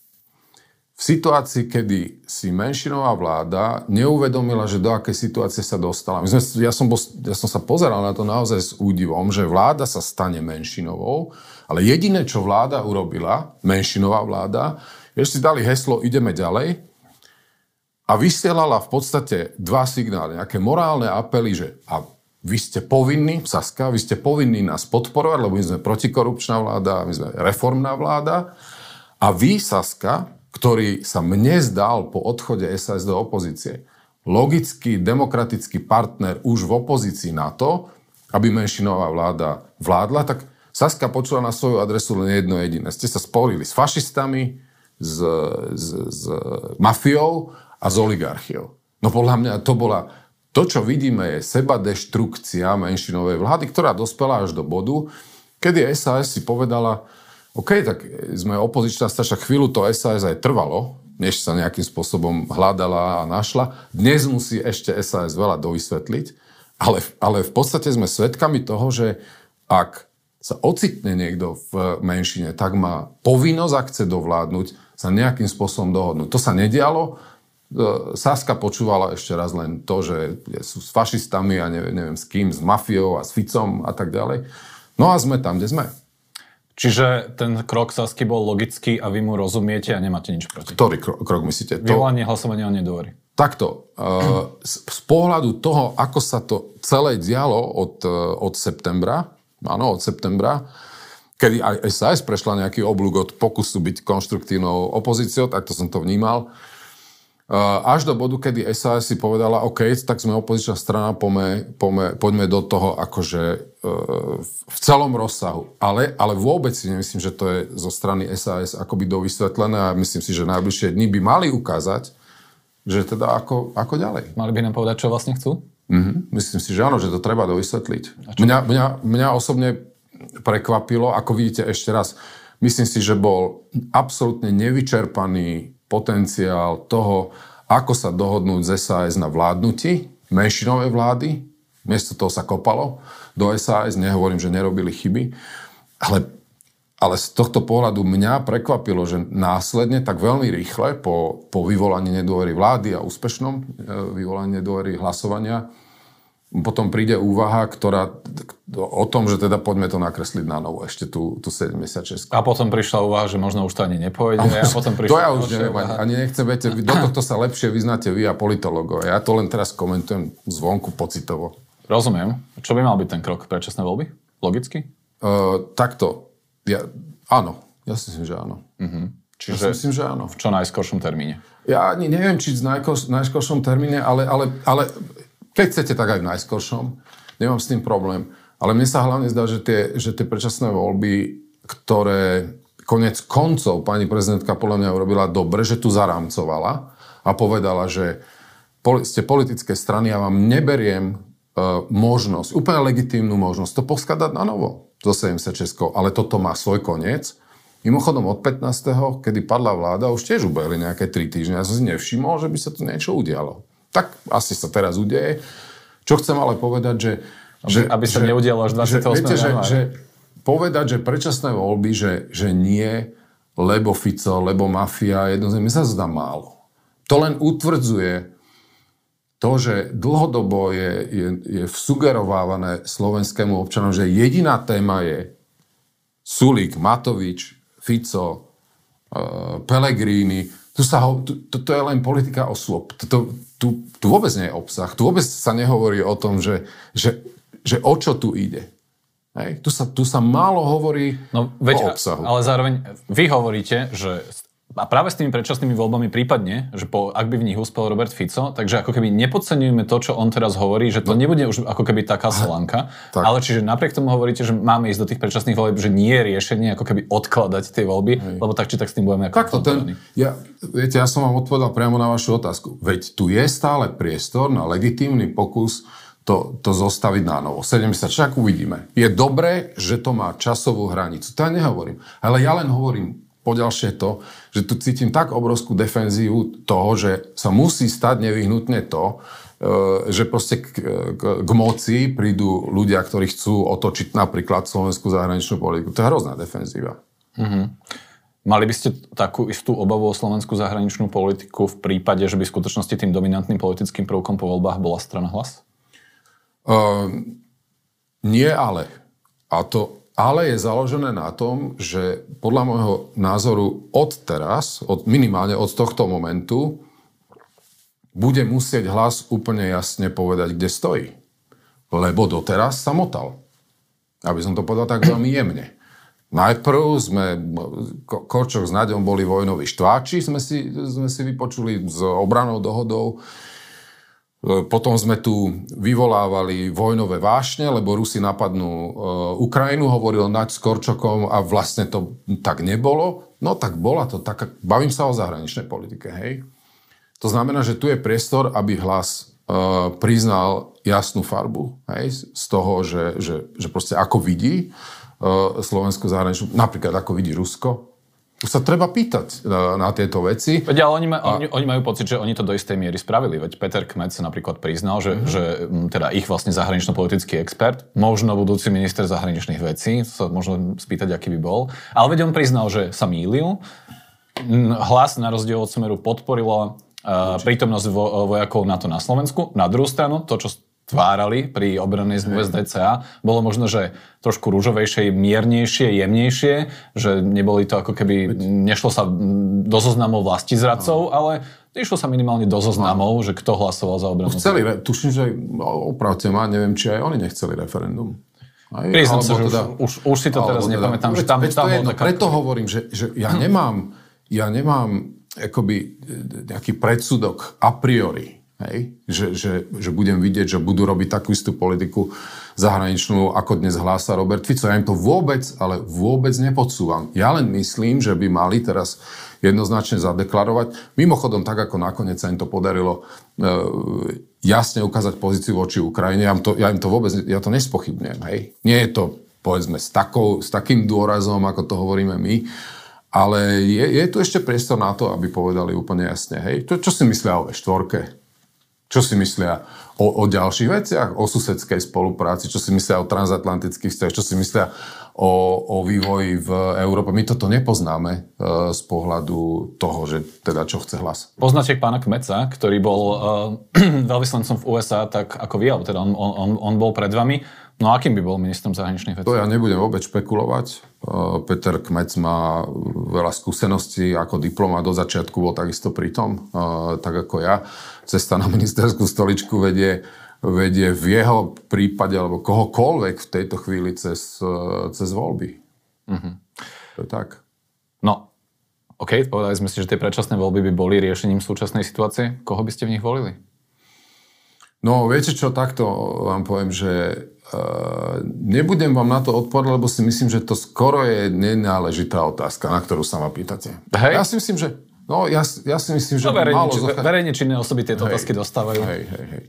v situácii, kedy si menšinová vláda neuvedomila, že do akej situácie sa dostala. My sme, ja, som bol, ja som sa pozeral na to naozaj s údivom, že vláda sa stane menšinovou, ale jediné, čo vláda urobila, menšinová vláda, ešte si dali heslo, ideme ďalej a vysielala v podstate dva signály, nejaké morálne apely, že a vy ste povinní, Saska, vy ste povinní nás podporovať, lebo my sme protikorupčná vláda, my sme reformná vláda a vy, Saska, ktorý sa mne zdal po odchode es a es do opozície, logický demokratický partner už v opozícii na to, aby menšinová vláda vládla, tak Saska počula na svoju adresu len jedno jediné. Ste sa sporili s fašistami, s, s, s mafiou a s oligarchiou. No podľa mňa to bola... To, čo vidíme, je sebadeštrukcia menšinovej vlády, ktorá dospela až do bodu, kedy es a es si povedala, OK, tak sme opozičná strana, však chvíľu to es a es aj trvalo, než sa nejakým spôsobom hľadala a našla. Dnes musí ešte es a es veľa dovysvetliť, ale, ale v podstate sme svedkami toho, že ak sa ocitne niekto v menšine, tak má povinnosť, ak chce dovládnuť, sa nejakým spôsobom dohodnúť. To sa nedialo. Saska počúvala ešte raz len to, že sú s fašistami a neviem, neviem s kým, s mafiou a s Ficom a tak ďalej. No a sme tam, kde sme. Čiže ten krok Sasky bol logický a vy mu rozumiete a nemáte nič proti. Ktorý krok, krok myslíte? Vyvolanie hlasovania o nedôvery. Takto. Z, z pohľadu toho, ako sa to celé dialo od, od septembra, áno, od septembra, kedy aj es a es prešla nejaký oblúk od pokusu byť konštruktívnou opozíciou, tak to som to vnímal. Až do bodu, kedy es a es si povedala, OK, tak sme opozičná strana, poďme, poďme, poďme do toho akože v celom rozsahu. Ale, ale vôbec si nemyslím, že to je zo strany es a es akoby dovysvetlené a myslím si, že najbližšie dni by mali ukázať, že teda ako, ako ďalej. Mali by nám povedať, čo vlastne chcú? Mhm, myslím si, že áno, že to treba dovysvetliť. Mňa, mňa, mňa osobne prekvapilo, ako vidíte ešte raz, myslím si, že bol absolútne nevyčerpaný potenciál toho, ako sa dohodnúť z es a es na vládnutí menšinovej vlády. Miesto toho sa kopalo do es a es, nehovorím, že nerobili chyby, ale, ale z tohto pohľadu mňa prekvapilo, že následne tak veľmi rýchle po, po vyvolaní nedôvery vlády a úspešnom vyvolaní nedôvery hlasovania potom príde úvaha, ktorá o tom, že teda poďme to nakresliť na novo, ešte tú, tú sedemdesiatšesť. A potom prišla úvaha, že možno už to ani nepôjde. A, a potom prišla to ja už neviem, ani, ani nechcem, viete, do tohto sa lepšie vyznáte vy a politológovia. Ja to len teraz komentujem zvonku pocitovo. Rozumiem. Čo by mal byť ten krok? Predčasné voľby? Logicky? Uh, takto. Ja, áno. Ja si myslím, že áno. Uh-huh. Čiže ja si myslím, že áno. V čo najskoršom termíne? Ja ani neviem, či v najskor, najskoršom termíne, ale, ale, ale keď chcete, tak aj v najskoršom. Nemám s tým problém. Ale mne sa hlavne zdá, že tie, že tie predčasné voľby, ktoré konec koncov pani prezidentka podľa mňa urobila dobre, že tu zarámcovala a povedala, že ste politické strany, ja vám neberiem uh, možnosť, úplne legitímnu možnosť to poskladať na novo zo sedemdesiatšesť, ale toto má svoj koniec. Mimochodom od pätnásteho kedy padla vláda, už tiež ubehli nejaké tri týždne. Ja som si nevšimol, že by sa tu niečo udialo. Tak asi sa teraz udeje. Čo chcem ale povedať, že... Aby, že aby sa že, neudialo až dvadsiateho ôsmeho Viete, že, januára. že povedať, že predčasné voľby, že, že nie, lebo Fico, lebo mafia, jednoznačne mi sa zdá málo. To len utvrdzuje to, že dlhodobo je, je, je sugerovávané slovenskému občanom, že jediná téma je Sulík, Matovič, Fico, uh, Pellegrini. Tu sa ho, tu, to, to je len politika osôb. Tu, tu, tu vôbec nie je obsah. Tu vôbec sa nehovorí o tom, že, že, že o čo tu ide. Hej? Tu, sa, tu sa málo hovorí no, veď, o obsahu. Ale zároveň vy hovoríte, že a práve s tými predčasnými voľbami prípadne, že po, ak by v nich uspel Robert Fico, takže ako keby nepodceňujeme to, čo on teraz hovorí, že to no. nebude už ako keby taká solanka, tak. Ale čiže napriek tomu hovoríte, že máme ísť do tých predčasných volieb, že nie je riešenie ako keby odkladať tie voľby, Hej. lebo tak či tak s tým budeme ako Takto ten, ja, viete, ja som vám odpovedal priamo na vašu otázku. Veď tu je stále priestor na legitímny pokus to, to zostaviť na novo. sedemdesiat, však uvidíme. Je dobré, že to má časovú hranicu. To ja nehovorím. Ale ja len hovorím poďalšie to, že tu cítim tak obrovskú defenzívu toho, že sa musí stať nevyhnutne to, že proste k, k, k moci prídu ľudia, ktorí chcú otočiť napríklad slovenskú zahraničnú politiku. To je hrozná defenzíva. Mm-hmm. Mali by ste takú istú obavu o slovenskú zahraničnú politiku v prípade, že by v skutočnosti tým dominantným politickým prvkom po voľbách bola strana Hlas? Uh, nie, ale. A to ale je založené na tom, že podľa môjho názoru od teraz, od, minimálne od tohto momentu, bude musieť Hlas úplne jasne povedať, kde stojí. Lebo doteraz sa motal. Aby som to povedal tak veľmi jemne. Najprv sme, Korčok s Naďom boli vojnoví štváči, sme si, sme si vypočuli s obranou dohodou. Potom sme tu vyvolávali vojnové vášne, lebo Rusi napadnú Ukrajinu, hovoril Naď s Korčokom a vlastne to tak nebolo. No tak bola to taká, bavím sa o zahraničnej politike, hej. To znamená, že tu je priestor, aby Hlas uh, priznal jasnú farbu, hej, z toho, že, že, že proste ako vidí uh, Slovensko zahraničnú, napríklad ako vidí Rusko. Už sa treba pýtať na, na tieto veci. Veď, ale oni, ma, a... oni, oni majú pocit, že oni to do istej miery spravili. Veď Peter Kmet sa napríklad priznal, že, mm-hmm. že teda ich vlastne zahranično-politický expert, možno budúci minister zahraničných vecí, sa možno spýtať, aký by bol. Ale veď on priznal, že sa mýlil. Hlas na rozdiel od Smeru podporilo uh, prítomnosť vo, vojakov NATO na Slovensku. Na druhú stranu, to, čo tvárali pri obrannej zmluve z dé cé á, bolo možno, že trošku ružovejšie, miernejšie, jemnejšie, že neboli to ako keby, nešlo sa do zoznamov vlastizradcov, no. ale išlo sa minimálne do zoznamov, no. že kto hlasoval za obranu. Chceli, tuším, že opravte ma, neviem, či aj oni nechceli referendum. Priznám sa, že teda, už, už si to teraz teda, nepamätám, že tam, tam bol taká... Preto hovorím, že, že ja nemám, ja nemám akoby nejaký predsudok a priori. Hej? Že, že, že budem vidieť, že budú robiť takú istú politiku zahraničnú, ako dnes hlása Robert Fico. Ja im to vôbec, ale vôbec nepodsúvam. Ja len myslím, že by mali teraz jednoznačne zadeklarovať. Mimochodom, tak ako nakoniec sa im to podarilo e, jasne ukázať pozíciu voči Ukrajine. Ja im to, ja im to vôbec, ja to nespochybňujem. Hej? Nie je to, povedzme, s, takou, s takým dôrazom, ako to hovoríme my, ale je, je tu ešte priestor na to, aby povedali úplne jasne. Hej? To, čo si myslia o vé štvorke? Čo si myslia o, o ďalších veciach, o susedskej spolupráci, čo si myslia o transatlantických vzťahoch, čo si myslia o, o vývoji v Európe. My toto nepoznáme e, z pohľadu toho, že teda čo chce Hlas. Poznáte pána Kmeca, ktorý bol e, veľvyslancom v ú es á, tak ako vy, alebo teda on, on, on bol pred vami. No akým by bol ministrom zahraničných vecí? To ja nebudem vôbec špekulovať. Peter Kmec má veľa skúseností ako diplomat, do začiatku bol takisto pri tom, tak ako ja. Cesta na ministerskú stoličku vedie, vedie v jeho prípade, alebo kohokoľvek v tejto chvíli cez, cez voľby. Mm-hmm. To je tak. No, OK, povedali sme si, že tie predčasné voľby by boli riešením súčasnej situácie. Koho by ste v nich volili? No, viete čo, takto vám poviem, že uh, nebudem vám na to odpovedať, lebo si myslím, že to skoro je nenáležitá otázka, na ktorú sa ma pýtate. Hej. Ja si myslím, že no, ja, ja si myslím, že no, verejne, málo... Či, zocha... Verejne činné osoby tieto hej, otázky dostávajú. Hej, hej, hej.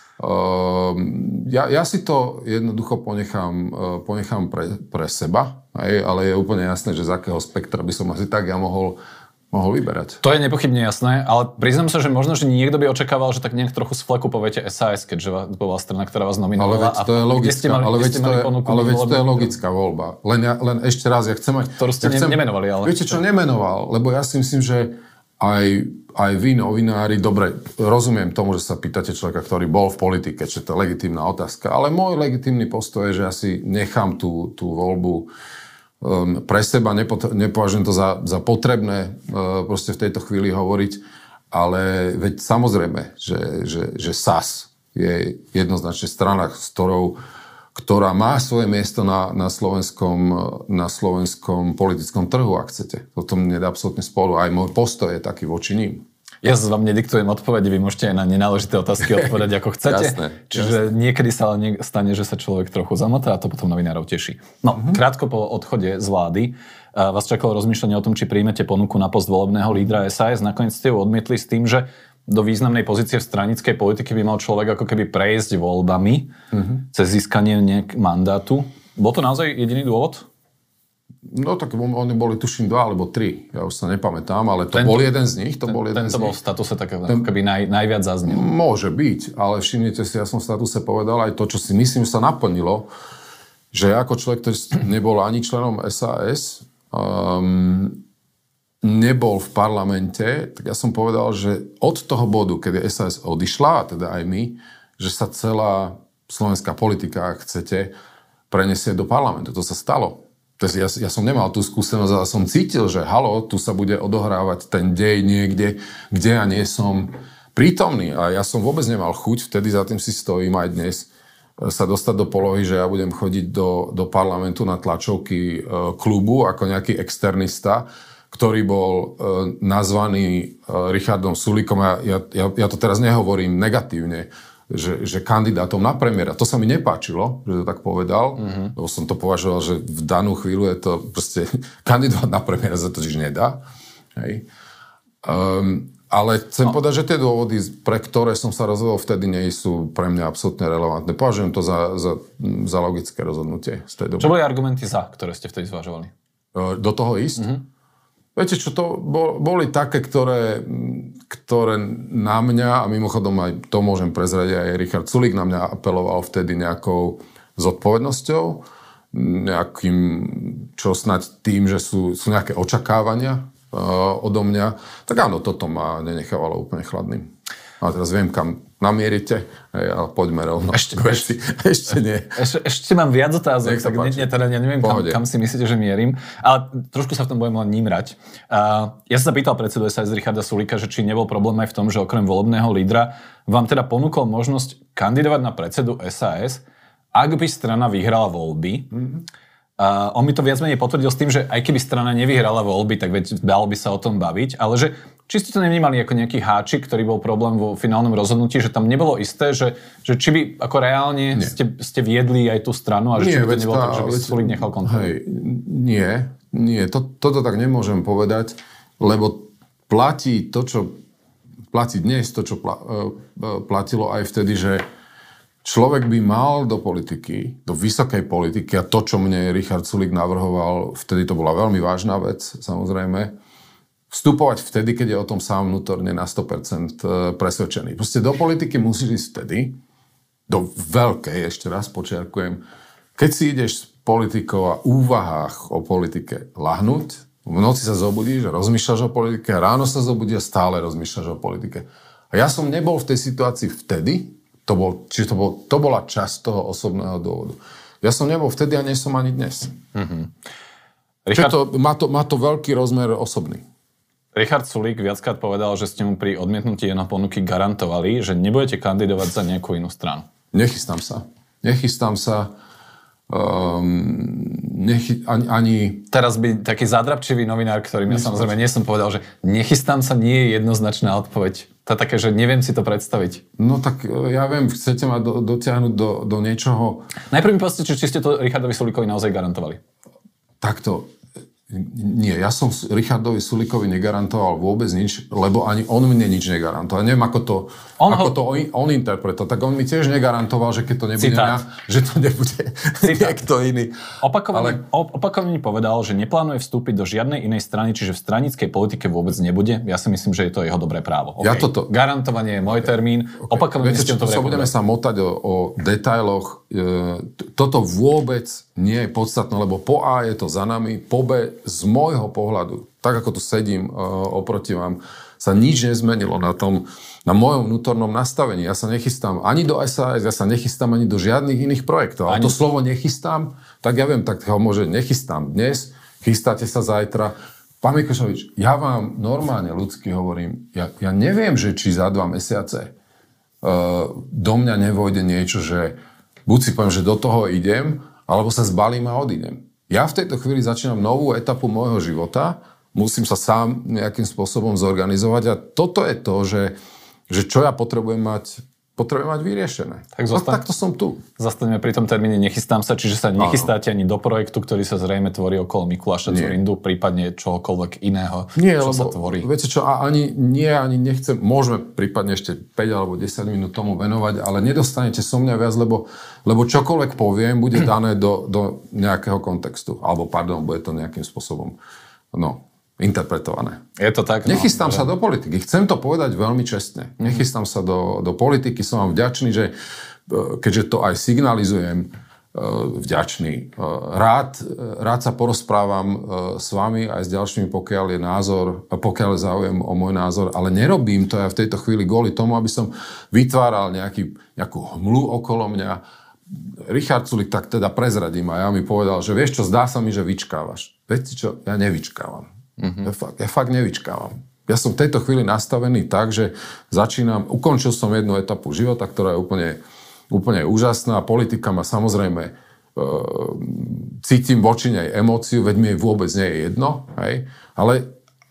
Uh, ja, ja si to jednoducho ponechám, uh, ponechám pre, pre seba, hej, ale je úplne jasné, že z akého spektra by som asi tak ja mohol mohol vyberať. To je nepochybne jasné, ale priznám sa, že možno, že niekto by očakával, že tak nejak trochu z fleku poviete es a es, keďže bola strana, ktorá vás nominovala. Ale veď to je logická, mali, ale veď to je, ale veď to je logická voľba. Len, ja, len ešte raz, ja chcem... Ktorú ste ja chcem, nemenovali, ale... Viete čo, nemenoval, lebo ja si myslím, že aj, aj vy, novinári, dobre, rozumiem tomu, že sa pýtate človeka, ktorý bol v politike, čo to je legitímna otázka, ale môj legitímny postoj je, že ja si nechám tú, tú voľbu Um, pre seba, nepot- nepovažujem to za, za potrebné uh, proste v tejto chvíli hovoriť, ale veď samozrejme, že, že, že es a es je jednoznačne strana, s ktorou, ktorá má svoje miesto na, na, slovenskom, na slovenskom politickom trhu, ak chcete. O tom nedá absolútne spolu. Aj môj postoj je taký voči ním. Ja vám nediktujem odpovede, vy môžete aj na nenáležité otázky odpovedať, ako chcete. Jasné, Čiže jasné. Niekedy sa ale stane, že sa človek trochu zamotá a to potom novinárov teší. No, mm-hmm. krátko po odchode z vlády vás čakalo rozmýšľanie o tom, či príjmete ponuku na post volebného lídra es a es. Nakoniec ste ju odmietli s tým, že do významnej pozície v stranickej politike by mal človek ako keby prejsť voľbami mm-hmm. cez získanie nejak mandátu. Bol to naozaj jediný dôvod? No tak oni boli tuším dva alebo tri, ja už sa nepamätám, ale to ten, bol jeden z nich. To ten, bol jeden tento z bol nich. v statuse tak keby naj, najviac zaznel. Môže byť, ale všimnite si, ja som v statuse povedal aj to, čo si myslím, že sa naplnilo, že ako človek, ktorý nebol ani členom es a es, um, nebol v parlamente, tak ja som povedal, že od toho bodu, kedy es a es odišla, a teda aj my, že sa celá slovenská politika, ak chcete, prenesie do parlamentu. To sa stalo. Ja, ja som nemal tú skúsenosť, ale som cítil, že halo, tu sa bude odohrávať ten dej niekde, kde ja nie som prítomný. A ja som vôbec nemal chuť, vtedy za tým si stojím aj dnes, sa dostať do polohy, že ja budem chodiť do, do parlamentu na tlačovky e, klubu ako nejaký externista, ktorý bol e, nazvaný e, Richardom Sulíkom, a ja, ja, ja to teraz nehovorím negatívne, že, že kandidátom na premiéra. To sa mi nepáčilo, že to tak povedal, mm-hmm. lebo som to považoval, že v danú chvíľu je to proste kandidovať na premiéra sa to totiž nedá. Hej. Um, ale chcem no. povedať, že tie dôvody, pre ktoré som sa rozhodol vtedy, nie sú pre mňa absolútne relevantné. Považujem to za, za, za logické rozhodnutie z tej doby. Čo boli argumenty za, ktoré ste vtedy zvažovali? Do toho ísť? Mm-hmm. Viete čo, to boli také, ktoré, ktoré na mňa, a mimochodom aj to môžem prezradiť, aj Richard Sulík na mňa apeloval vtedy nejakou zodpovednosťou, nejakým, čo snáď tým, že sú, sú nejaké očakávania uh, odo mňa. Tak áno, toto ma nenechávalo úplne chladným. A teraz viem, kam namierite, a poďme rovno. Ešte, ešte, ešte nie. Ešte, ešte mám viac otázok, tak ne, ne, teda ja neviem, kam, kam si myslíte, že mierim. Ale trošku sa v tom budem len nímrať. Uh, ja som sa pýtal predsedu es a es Richarda Sulíka, že či nebol problém aj v tom, že okrem volebného lídra vám teda ponúkol možnosť kandidovať na predsedu es a es, ak by strana vyhrala voľby. Mm-hmm. Uh, on mi to viac menej potvrdil s tým, že aj keby strana nevyhrala voľby, tak veď dalo by sa o tom baviť, ale že či ste to nevnímali ako nejaký háčik, ktorý bol problém vo finálnom rozhodnutí, že tam nebolo isté, že, že či by ako reálne ste, ste viedli aj tú stranu a že nie, či by to nebolo tá, tak, že by Sulík nechal kontrolu? Hej, nie, nie, to, toto tak nemôžem povedať, lebo platí to, čo platí dnes, to, čo pla, platilo aj vtedy, že človek by mal do politiky, do vysokej politiky, a to, čo mne Richard Sulík navrhoval, vtedy to bola veľmi vážna vec, samozrejme, vstupovať vtedy, keď je o tom sám vnútorne na sto percent presvedčený. Proste do politiky musíš ísť vtedy, do veľkej, ešte raz počiarkujem, keď si ideš s politikou a úvahách o politike lahnúť, v noci sa zobudíš a rozmýšľaš o politike, a ráno sa zobudíš a stále rozmýšľaš o politike. A ja som nebol v tej situácii vtedy, to bol, čiže to, bol, to bola časť toho osobného dôvodu. Ja som nebol vtedy a nie som ani dnes. Mm-hmm. Richard... To, má, to, má to veľký rozmer osobný. Richard Sulík viackrát povedal, že ste mu pri odmietnutí jednej ponuky garantovali, že nebudete kandidovať za nejakú inú stranu. Nechystám sa. Nechystám sa. Um, nechy, ani, ani... Teraz by taký zádrabčivý novinár, ktorým ja samozrejme nie som povedal, že nechystám sa, nie je jednoznačná odpoveď. To je také, že neviem si to predstaviť. No tak ja viem, chcete ma do, dotiahnuť do, do niečoho... Najprv mi povedzte, či ste to Richardovi Sulíkovi naozaj garantovali. Takto. Nie, ja som Richardovi Sulíkovi negarantoval vôbec nič, lebo ani on mne nič negarantoval. Neviem, ako to on, ako ho... to on, on interpretoval. Tak on mi tiež negarantoval, že keď to nebude ja, že to nebude niekto iný. Opakovane, Ale... opakovane povedal, že neplánuje vstúpiť do žiadnej inej strany, čiže v stranickej politike vôbec nebude. Ja si myslím, že je to jeho dobré právo. Okay. Ja toto... Garantovanie je môj termín. Okay. Opakovane Viete, ste to sa budeme sa motať o, o detailoch. Toto vôbec nie je podstatné, lebo po A je to za nami, po B z môjho pohľadu, tak ako tu sedím uh, oproti vám, sa nič nezmenilo na tom, na mojom vnútornom nastavení. Ja sa nechystám ani do es a es, ja sa nechystám ani do žiadnych iných projektov. A to slovo nechystám, tak ja viem, tak ho môže nechystám dnes, chystáte sa zajtra. Pán Mikošovič, ja vám normálne ľudsky hovorím, ja, ja neviem, že či za dva mesiace uh, do mňa nevojde niečo, že buď si poviem, že do toho idem, alebo sa zbalím a odídem. Ja v tejto chvíli začínam novú etapu môjho života, musím sa sám nejakým spôsobom zorganizovať a toto je to, že, že čo ja potrebujem mať, potrebujem mať vyriešené. Tak zostan... takto som tu. Zastaňme pri tom termíne nechystám sa, čiže sa nechystáte ani do projektu, ktorý sa zrejme tvorí okolo Mikuláša Dzurindu, prípadne čohokoľvek iného, nie, čo lebo, sa tvorí. Viete čo, a ani nie, ani nechcem, môžeme prípadne ešte päť alebo desať minút tomu venovať, ale nedostanete so mňa viac, lebo, lebo čokoľvek poviem, bude dané do, do nejakého kontextu. Alebo, pardon, bude to nejakým spôsobom, no, interpretované. Je to tak? Nechystám no, sa do politiky. Chcem to povedať veľmi čestne. Mm-hmm. Nechystám sa do, do politiky. Som vám vďačný, že keďže to aj signalizujem, vďačný. Rád, rád sa porozprávam s vami aj s ďalšími, pokiaľ je názor, pokiaľ je záujem o môj názor, ale nerobím to ja v tejto chvíli kvôli tomu, aby som vytváral nejaký, nejakú hmlu okolo mňa. Richard Sulík tak teda prezradím a ja mi povedal, že vieš čo, zdá sa mi, že vyčkávaš. Viete čo, ja nevyčkávam. Mm-hmm. Ja, fakt, ja fakt nevyčkávam. Ja som v tejto chvíli nastavený tak, že začínam, ukončil som jednu etapu života, ktorá je úplne, úplne úžasná. Politika ma samozrejme e, cítim voči nej emóciu, veď mi vôbec nie je jedno, hej? Ale,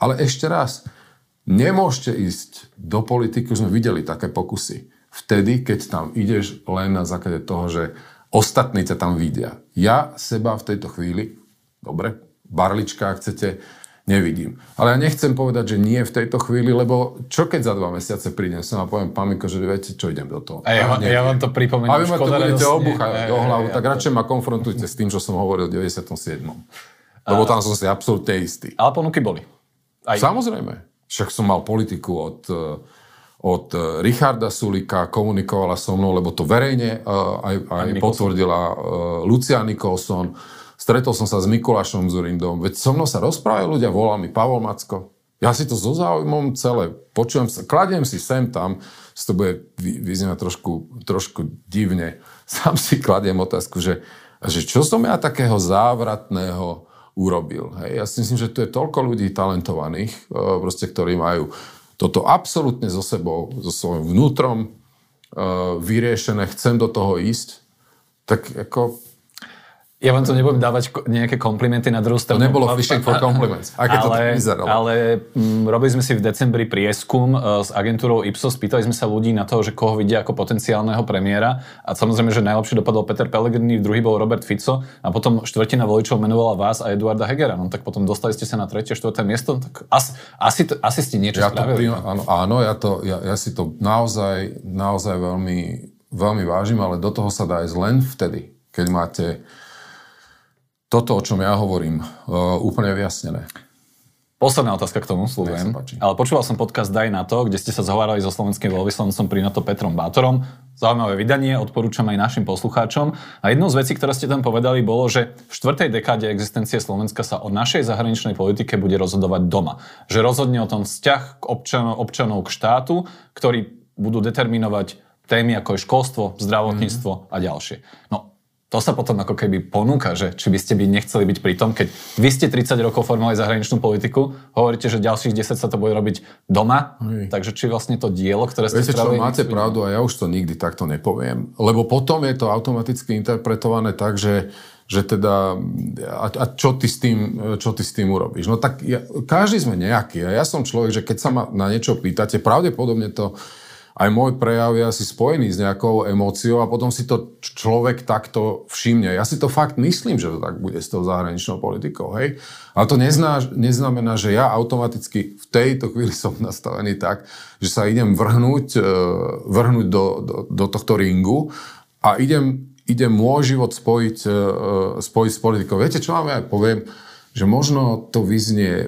Ale ešte raz, nemôžete ísť do politiky, už sme videli také pokusy. Vtedy, keď tam ideš len na základe toho, že ostatní ťa tam vidia. Ja seba v tejto chvíli, dobre, barlička, ak chcete, nevidím. Ale ja nechcem povedať, že nie v tejto chvíli, lebo čo keď za dva mesiace prídem som a poviem, pán Miko, že viete, čo idem do toho. A ja, ja vám to pripomeniem. A vy ma to budete obúchať do hlavu, tak radšej ma konfrontujte s tým, čo som hovoril v deväťdesiatom siedmom Lebo tam som si absolútne istý. Ale ponuky boli. Aj. Samozrejme. Však som mal politiku od, od Richarda Sulíka, komunikovala so mnou, lebo to verejne uh, aj, aj potvrdila uh, Lucia Nicholson. Stretol som sa s Mikulášom Dzurindom. Veď so mnou sa rozprávajú ľudia, volal mi Pavol Macko. Ja si to so záujmom celé počujem, kladiem si sem tam, si to bude vyznievať trošku, trošku divne. Sám si kladiem otázku, že, že čo som ja takého závratného urobil. Hej? Ja si myslím, že tu je toľko ľudí talentovaných, proste, ktorí majú toto absolútne so sebou, so svojím vnútrom vyriešené, chcem do toho ísť. Tak ako... Ja vám to nebudem dávať nejaké komplimenty na druhú stranu. To nebolo fishing for compliments. Aké to tak vyzeralo? Ale m, robili sme si v decembri prieskum uh, s agentúrou Ipsos, pýtali sme sa ľudí na to, že koho vidia ako potenciálneho premiéra a samozrejme, že najlepšie dopadol Peter Pellegrini, v druhý bol Robert Fico a potom štvrtina voličov menovala vás a Eduarda Hegera. No tak potom dostali ste sa na tretie, štvrté miesto, tak asi, asi, to, asi ste niečo ja spravili. To, áno, áno ja, to, ja, ja si to naozaj, naozaj veľmi, veľmi vážim, ale do toho sa dá ísť len vtedy, keď máte toto, o čom ja hovorím, uh, úplne vyjasnené. Posledná otázka k tomu, slúbujem. Ale počúval som podcast Daj na to, kde ste sa zhovárali so slovenským veľvyslancom pri NATO Petrom Bátorom. Zaujímavé vydanie, odporúčam aj našim poslucháčom. A jednou z vecí, ktoré ste tam povedali, bolo, že v štvrtej dekáde existencie Slovenska sa o našej zahraničnej politike bude rozhodovať doma. Že rozhodne o tom vzťah k občanov, občanov k štátu, ktorí budú determinovať témy ako je školstvo, zdravotníctvo mm. a ďalšie. No, to sa potom ako keby ponúka, že či by ste by nechceli byť pri tom, keď vy ste tridsať rokov formovali zahraničnú politiku, hovoríte, že ďalších desať sa to bude robiť doma, Hej. takže či vlastne to dielo, ktoré ste Viete spravili... Viete čo, máte pravdu a ja už to nikdy takto nepoviem, lebo potom je to automaticky interpretované tak, že, že teda a, a čo, ty s tým, čo ty s tým urobíš? No tak ja, každý sme nejaký a ja som človek, že keď sa ma na niečo pýtate, pravdepodobne to aj môj prejav je asi spojený s nejakou emóciou a potom si to človek takto všimne. Ja si to fakt myslím, že to tak bude s tou zahraničnou politikou, hej? Ale to nezná, neznamená, že ja automaticky v tejto chvíli som nastavený tak, že sa idem vrhnúť, vrhnúť do, do, do tohto ringu a idem, idem môj život spojiť, spojiť s politikou. Viete, čo vám ja poviem? Že možno to vyznie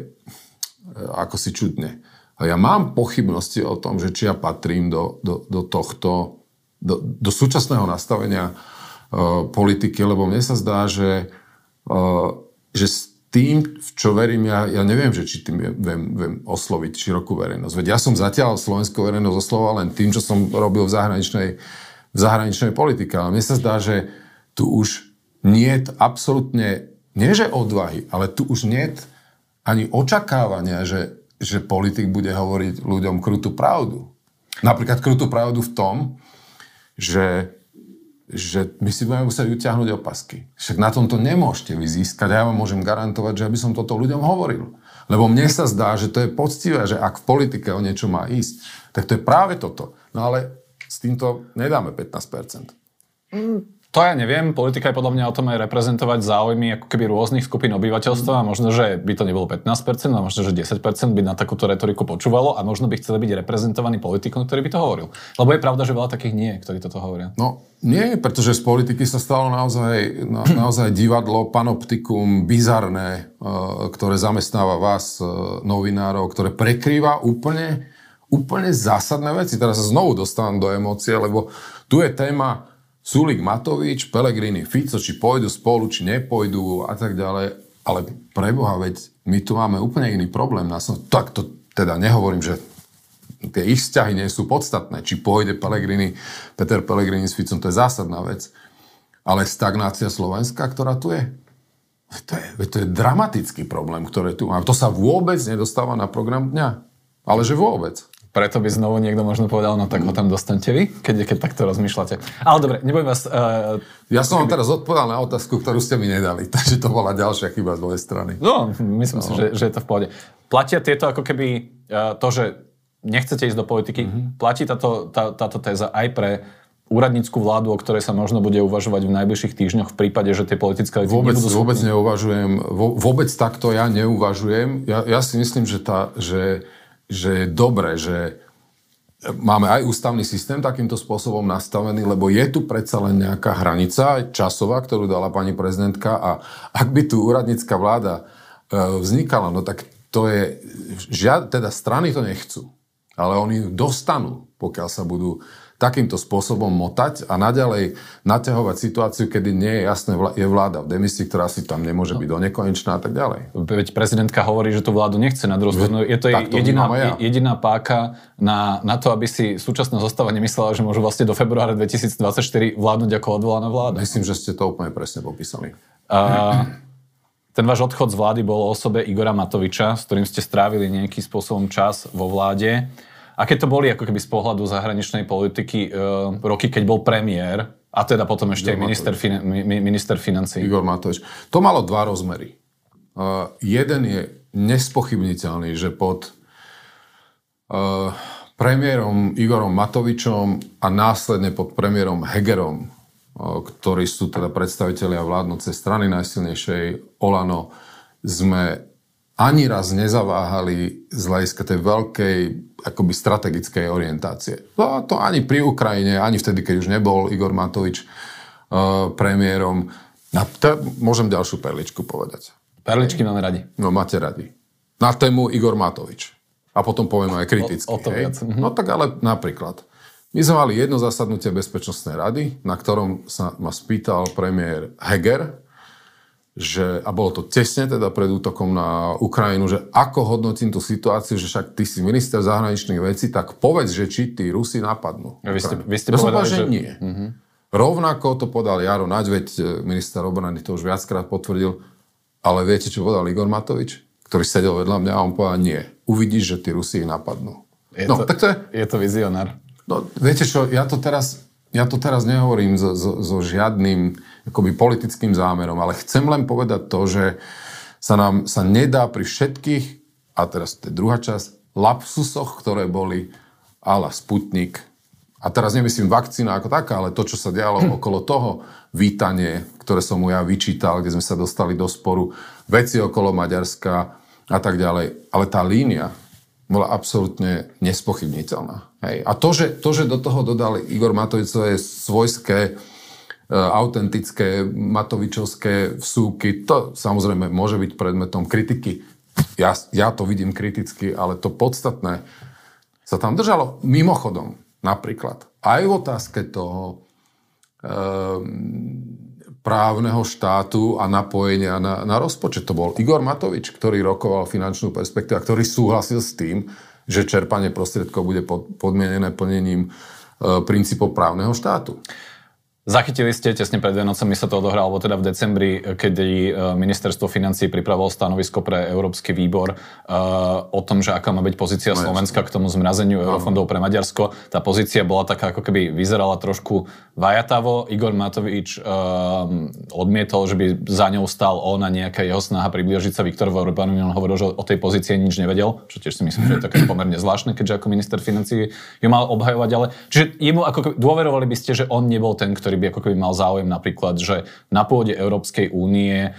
ako si čudne. A ja mám pochybnosti o tom, že či ja patrím do, do, do tohto, do, do súčasného nastavenia uh, politiky, lebo mne sa zdá, že, uh, že s tým, v čo verím, ja, ja neviem, že či tým viem, viem osloviť širokú verejnosť. Veď ja som zatiaľ slovenskú verejnosť oslovoval len tým, čo som robil v zahraničnej, v zahraničnej politike. Ale mne sa zdá, že tu už niet absolútne, nie že odvahy, ale tu už niet ani očakávania, že že politik bude hovoriť ľuďom krutú pravdu. Napríklad krutú pravdu v tom, že, že my si budeme musieť utiahnuť opasky. Však na tomto nemôžete vy získať. Ja vám môžem garantovať, že aby som toto ľuďom hovoril. Lebo mne sa zdá, že to je poctivé, že ak v politike o niečo má ísť, tak to je práve toto. No ale s týmto nedáme pätnásť percent. Mm. To ja neviem, politika je podľa mňa o tom aj reprezentovať záujmy ako keby rôznych skupín obyvateľstva a možno, že by to nebolo pätnásť percent, a možno, že desať percent by na takúto retoriku počúvalo a možno by chceli byť reprezentovaní politikom, ktorý by to hovoril. Lebo je pravda, že veľa takých nie, ktorí toto hovoria. No nie, pretože z politiky sa stalo naozaj, na, naozaj divadlo, panoptikum, bizarné, ktoré zamestnáva vás, novinárov, ktoré prekrýva úplne, úplne zásadné veci. Teraz sa znovu dostávam do emócie, lebo tu je téma Sulík, Matovič, Pellegrini, Fico, či pôjdu spolu, či nepôjdu a tak ďalej. Ale preboha, veď my tu máme úplne iný problém. Tak to teda nehovorím, že tie ich vzťahy nie sú podstatné. Či pôjde Pellegrini, Peter Pellegrini s Ficom, to je zásadná vec. Ale stagnácia Slovenska, ktorá tu je, to je, to je dramatický problém, ktorý tu máme. To sa vôbec nedostáva na program dňa. Ale že vôbec. Preto by znovu niekto možno povedal, no tak ho tam dostanete vy, keď, keď takto rozmýšľate. Ale dobre, nebudem vás... Uh, ja som vám teraz odpovedal na otázku, ktorú ste mi nedali, takže to bola ďalšia chyba z mojej strany. No, myslím no. si, že, že je to v pohode. Platia tieto ako keby uh, to, že nechcete ísť do politiky, mm-hmm. platí táto, tá, táto téza aj pre úradnícku vládu, o ktorej sa možno bude uvažovať v najbližších týždňoch v prípade, že tie politické elity vôbec, nebudú schopní? Vôbec neuvažujem, vôbec takto ja neuvažujem. Ja, ja si myslím, že, tá, že, že je dobré, že máme aj ústavný systém takýmto spôsobom nastavený, lebo je tu predsa len nejaká hranica časová, ktorú dala pani prezidentka a ak by tu úradnícka vláda vznikala, no tak to je, žiad, teda strany to nechcú, ale oni ju dostanú, pokiaľ sa budú takýmto spôsobom motať a naďalej naťahovať situáciu, kedy nie je jasné, je vláda v demisii, ktorá si tam nemôže byť do nekonečná a tak ďalej. Veď prezidentka hovorí, že tú vládu nechce na druhú stranu. Je to jej jediná, ja. jediná páka na, na to, aby si súčasná zostava nemyslela, že môžu vlastne do februára dvetisícdvadsaťštyri vládnuť ako odvolaná vláda. Myslím, že ste to úplne presne popísali. A ten váš odchod z vlády bol o osobe Igora Matoviča, s ktorým ste strávili nejakým spôsobom čas vo vláde. Aké to boli ako keby z pohľadu zahraničnej politiky e, roky, keď bol premiér a teda potom ešte aj minister, fin- mi- minister financí? Igor Matovič. To malo dva rozmery. Uh, jeden je nespochybniteľný, že pod uh, premiérom Igorom Matovičom a následne pod premiérom Hegerom, uh, ktorí sú teda predstavitelia vládnocej strany najsilnejšej Olano, sme ani raz nezaváhali z hľadiska tej veľkej akoby strategickej orientácie. No, to ani pri Ukrajine, ani vtedy, keď už nebol Igor Matovič uh, premiérom. Na t- môžem ďalšiu perličku povedať. Perličky máme radi. No, máte radi. Na tému Igor Matovič. A potom poviem aj kriticky. O, o to viac. No tak ale napríklad. My sme mali jedno zasadnutie Bezpečnostnej rady, na ktorom sa ma spýtal premiér Heger, že, a bolo to tesne teda pred útokom na Ukrajinu, že ako hodnotím tú situáciu, že však ty si minister zahraničných vecí, tak povedz, že či tí Rusi napadnú. Vy ste, vy ste ja povedali, som povedal, že že... nie. Uh-huh. Rovnako to podal Jaro Naď, veď minister obrany to už viackrát potvrdil, ale viete, čo povedal Igor Matovič, ktorý sedel vedľa mňa a on povedal, nie, uvidíš, že tí Rusi ich napadnú. Je, no, to, tak to je... je to vizionár. No, viete čo, ja to teraz... Ja to teraz nehovorím so, so, so žiadnym akoby politickým zámerom, ale chcem len povedať to, že sa nám sa nedá pri všetkých, a teraz to je druhá časť, lapsusoch, ktoré boli a la Sputnik. A teraz nemyslím vakcína ako taká, ale to, čo sa dialo hm. okolo toho, vítanie, ktoré som mu ja vyčítal, kde sme sa dostali do sporu, veci okolo Maďarska a tak ďalej. Ale tá línia bola absolútne nespochybniteľná. Hej. A to že, to, že do toho dodal Igor Matovič svoje svojské, e, autentické, matovičovské vsúky, to samozrejme môže byť predmetom kritiky. Ja, ja to vidím kriticky, ale to podstatné sa tam držalo. Mimochodom, napríklad, aj v otázke toho e, právneho štátu a napojenia na, na rozpočet. To bol Igor Matovič, ktorý rokoval finančnú perspektívu a ktorý súhlasil s tým, že čerpanie prostriedkov bude pod, podmienené plnením e, princípov právneho štátu. Zachytili ste tesne pred Vianocami, sa to odohralo, alebo teda v decembri, kedy ministerstvo financií pripravilo stanovisko pre Európsky výbor uh, o tom, že aká má byť pozícia no, Slovenska k tomu zmrazeniu eurofondov pre Maďarsko. Tá pozícia bola taká, ako keby vyzerala trošku vajatavo. Igor Matovič uh, odmietol, že by za ňou stál on a nejaká jeho snaha priblížiť sa Viktorovi Orbánovi. On hovoril, že o tej pozícii nič nevedel, čo tiež si myslím, že je také pomerne zvláštne, keďže ako minister financií ju mal obhajovať, ale čiže jemu ako keby, dôverovali by ste, že on nebol ten, ktorý by ako keby mal záujem napríklad, že na pôde Európskej únie uh,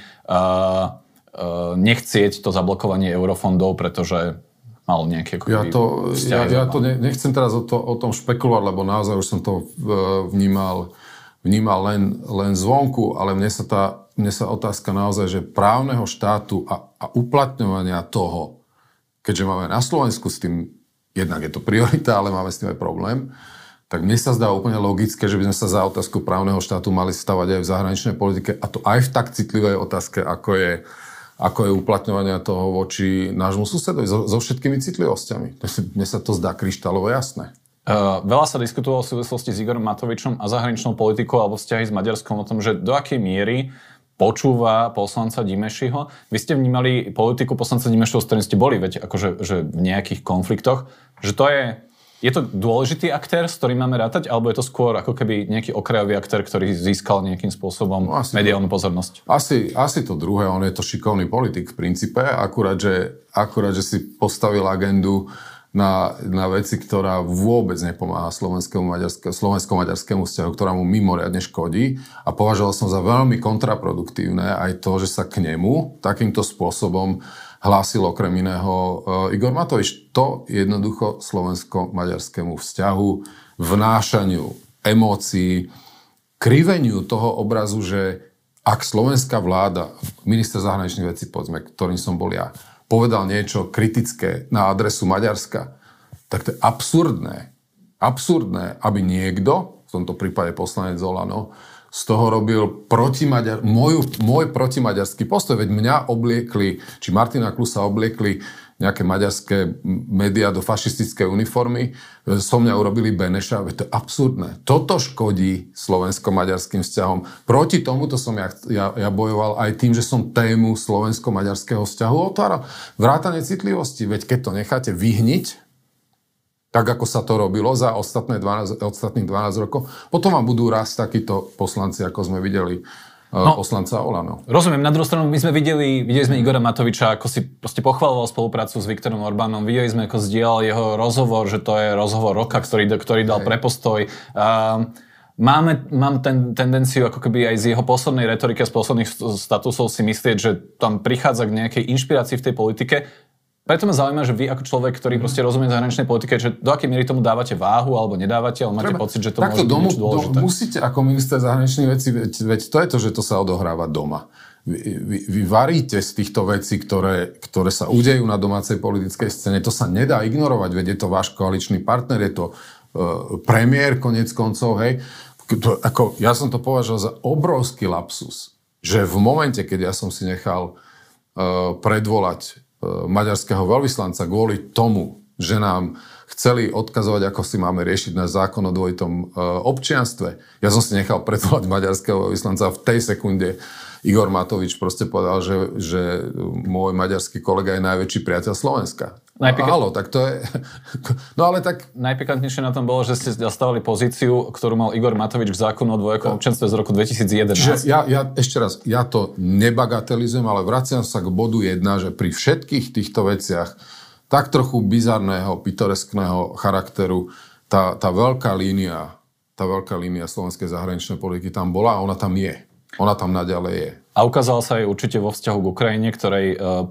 uh, nechcieť to zablokovanie eurofondov, pretože mal nejaké ako keby ja to, ja, ja to ne, nechcem teraz o, to, o tom špekulovať, lebo naozaj už som to vnímal, vnímal len, len zvonku, ale mne sa, tá, mne sa otázka naozaj, že právneho štátu a, a uplatňovania toho, keďže máme na Slovensku s tým, jednak je to priorita, ale máme s tým aj problém, tak mne sa zdá úplne logické, že by sme sa za otázku právneho štátu mali stavať aj v zahraničnej politike, a to aj v tak citlivej otázke, ako je, ako je uplatňovanie toho voči nášmu susedovi, so, so všetkými citlivosťami. Mne sa to zdá kryštálovo jasné. Uh, veľa sa diskutovalo v súvislosti s Igorom Matovičom a zahraničnou politikou alebo vzťahy s Maďarskom o tom, že do akej miery počúva poslanca Dimešiho. Vy ste vnímali politiku poslanca Dimešiho, s ktorým ste boli, veď akože že v nejakých konfliktoch, že to je, je to dôležitý aktér, s ktorým máme rátať, alebo je to skôr ako keby nejaký okrajový aktér, ktorý získal nejakým spôsobom no, mediálnu pozornosť? Asi, asi to druhé, on je to šikovný politik v princípe, akurát, že, akurát, že si postavil agendu Na, na veci, ktorá vôbec nepomáha slovensko-maďarskému vzťahu, ktorá mu mimoriadne škodí a považoval som za veľmi kontraproduktívne aj to, že sa k nemu takýmto spôsobom hlásil okrem iného uh, Igor Matovič. To jednoducho slovensko-maďarskému vzťahu, vnášaniu emócií, kriveniu toho obrazu, že ak slovenská vláda, minister zahraničných vecí, povedzme, ktorým som bol ja, povedal niečo kritické na adresu Maďarska, tak to je absurdné. Absurdné, aby niekto, v tomto prípade poslanec Olano, z toho robil protimaďar, môj, môj protimaďarský postoj. Veď mňa obliekli, či Martina Klusa obliekli nejaké maďarské médiá do fašistickej uniformy, so mňa urobili Beneša, veď to je absurdné. Toto škodí slovensko-maďarským vzťahom. Proti tomuto som ja, ja, ja bojoval aj tým, že som tému slovensko-maďarského vzťahu otváral. Vrátane citlivosti, veď keď to necháte vyhniť, tak ako sa to robilo za ostatné dvanásť, ostatných dvanásť rokov, potom vám budú rásť takíto poslanci, ako sme videli No, poslanca Olano. Rozumiem, na druhú stranu my sme videli, videli sme Igora Matoviča, ako si proste pochvaloval spoluprácu s Viktorom Orbánom, videli sme, ako zdieľal jeho rozhovor, že to je rozhovor roka, ktorý, ktorý dal pre Postoj. Uh, máme, mám ten tendenciu, ako keby aj z jeho poslednej retoriky a z posledných statusov si myslieť, že tam prichádza k nejakej inšpirácii v tej politike. Preto ma zaujíma, že vy ako človek, ktorý proste rozumie zahraničnej politike, že do akej miery tomu dávate váhu alebo nedávate, ale máte Treba, pocit, že to môže byť niečo dôležité. Musíte ako minister zahraničných vecí, veď, veď to je to, že to sa odohráva doma. Vy, vy, vy varíte z týchto vecí, ktoré, ktoré sa udejú na domácej politickej scéne. To sa nedá ignorovať, veď je to váš koaličný partner, je to uh, premiér konec koncov, hej. To, ako, ja som to považoval za obrovský lapsus, že v momente, keď ja som si nechal uh, predvolať maďarského veľvyslanca kvôli tomu, že nám chceli odkazovať, ako si máme riešiť náš zákon o dvojitom občianstve. Ja som si nechal predvolať maďarského veľvyslanca a v tej sekunde Igor Matovič proste povedal, že, že môj maďarský kolega je najväčší priateľ Slovenska. Najpikant... Álo, tak to je... No ale tak... Najpikantnejšie na tom bolo, že ste zastávali pozíciu, ktorú mal Igor Matovič k zákonu o dvojakom občianstve z roku dvetisícjedenásť. Čiže ja, ja, ešte raz, ja to nebagatelizujem, ale vraciam sa k bodu jedna, že pri všetkých týchto veciach tak trochu bizarného, pitoreskného charakteru, tá, tá veľká línia, tá veľká línia slovenskej zahraničnej politiky tam bola a ona tam je. Ona tam naďalej je. A ukázala sa aj určite vo vzťahu k Ukrajine, ktorej uh,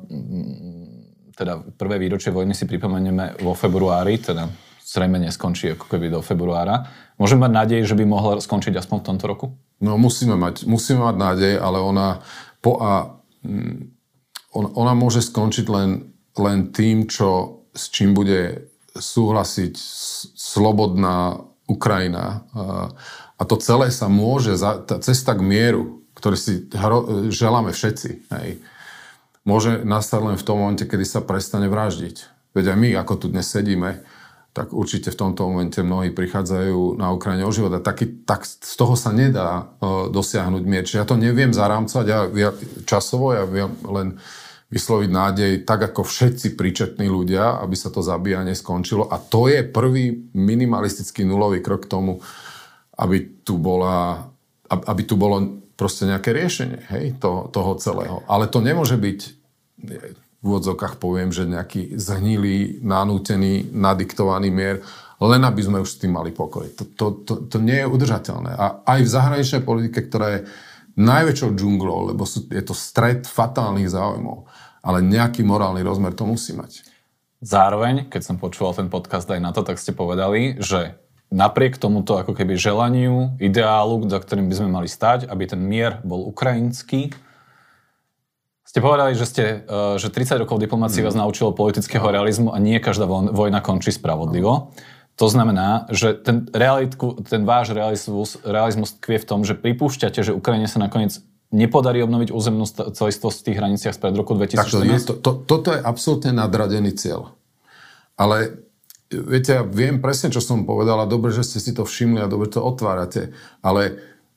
teda prvé výročie vojny si pripomenieme vo februári, teda zrejme neskončí ako keby do februára. Môžeme mať nádej, že by mohla skončiť aspoň v tomto roku? No musíme mať, musíme mať nádej, ale ona, po a, on, ona môže skončiť len, len tým, čo, s čím bude súhlasiť slobodná Ukrajina. A, a to celé sa môže, tá cesta k mieru, ktorý si hro, želáme všetci, hej, môže nastať len v tom momente, kedy sa prestane vraždiť. Veď aj my, ako tu dnes sedíme, tak určite v tomto momente mnohí prichádzajú na Ukrajine o život a taký, tak z toho sa nedá uh, dosiahnuť mier. Čiže ja to neviem zarámcovať, ja, ja časovo, ja viem len vysloviť nádej, tak ako všetci príčetní ľudia, aby sa to zabíjanie skončilo. A to je prvý minimalistický nulový krok k tomu, aby tu bola, aby tu bolo proste nejaké riešenie, hej, toho, toho celého. Ale to nemôže byť, v úvodzovkách poviem, že nejaký zhnilý, nanútený, nadiktovaný mier, len aby sme už s tým mali pokoj. To, to, to, to nie je udržateľné. A aj v zahraničnej politike, ktorá je najväčšou džunglou, lebo sú, je to stret fatálnych záujmov, ale nejaký morálny rozmer to musí mať. Zároveň, keď som počúval ten podcast aj na to, tak ste povedali, že napriek tomuto ako keby želaniu, ideálu, za ktorým by sme mali stať, aby ten mier bol ukrajinský, ste povedali, že, ste, že tridsať rokov diplomácie mm. vás naučilo politického realizmu a nie každá vojna končí spravodlivo. To znamená, že ten, realitku, ten váš realizmus, realizmus tkvie v tom, že pripúšťate, že Ukrajine sa nakoniec nepodarí obnoviť územnú celistvosť v tých hraniciach spred roku dvetisícštrnásť? To, to, toto je absolútne nadradený cieľ. Ale viete, ja viem presne, čo som povedal a dobre, že ste si to všimli a dobre to otvárate, ale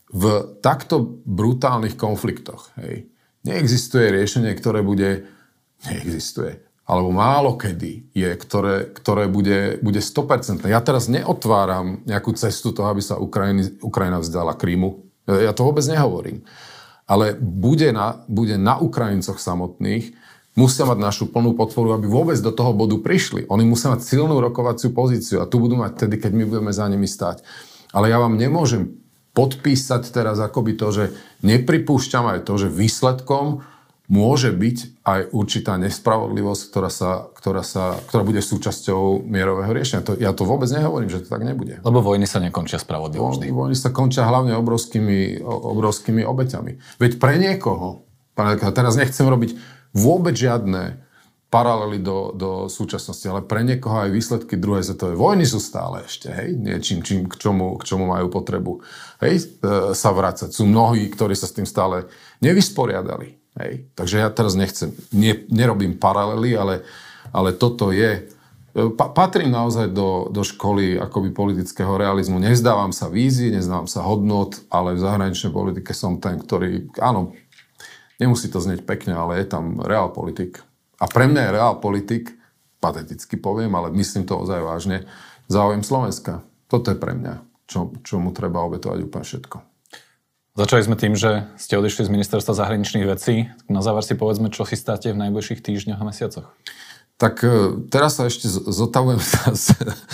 v takto brutálnych konfliktoch, hej, neexistuje riešenie, ktoré bude, neexistuje, alebo málo kedy je, ktoré, ktoré bude, bude sto percent. Ja teraz neotváram nejakú cestu toho, aby sa Ukrajiny, Ukrajina vzdala Krymu. Ja to vôbec nehovorím. Ale bude na, bude na Ukrajincoch samotných, musia mať našu plnú podporu, aby vôbec do toho bodu prišli. Oni musia mať silnú rokovaciu pozíciu a tu budú mať tedy, keď my budeme za nimi stáť. Ale ja vám nemôžem podpísať teraz akoby to, že nepripúšťam aj to, že výsledkom môže byť aj určitá nespravodlivosť, ktorá, sa, ktorá, sa, ktorá bude súčasťou mierového riešenia. To, ja to vôbec nehovorím, že to tak nebude. Lebo vojny sa nekončia spravodlivo vždy. Vojny sa končia hlavne obrovskými, obrovskými obeťami. Veď pre niekoho, teraz nechcem robiť vôbec žiadne paralely do, do súčasnosti, ale pre niekoho aj výsledky druhej svetovej vojny sú stále ešte, hej, niečím, čím, k, čomu, k čomu majú potrebu, hej, e, sa vrácať. Sú mnohí, ktorí sa s tým stále nevysporiadali, hej. Takže ja teraz nechcem, nie, nerobím paralely, ale, ale toto je, pa, patrím naozaj do, do školy akoby politického realizmu. Nezdávam sa vízii, nezdávam sa hodnot, ale v zahraničnej politike som ten, ktorý, áno, nemusí to znieť pekne, ale je tam realpolitik. A pre mňa je realpolitik, pateticky poviem, ale myslím to ozaj vážne, záujem Slovenska. Toto je pre mňa, čo, čo mu treba obetovať úplne všetko. Začali sme tým, že ste odišli z ministerstva zahraničných vecí. Na záver si povedzme, čo chystáte v najbližších týždňoch a mesiacoch. Tak teraz sa ešte zotavujem sa z,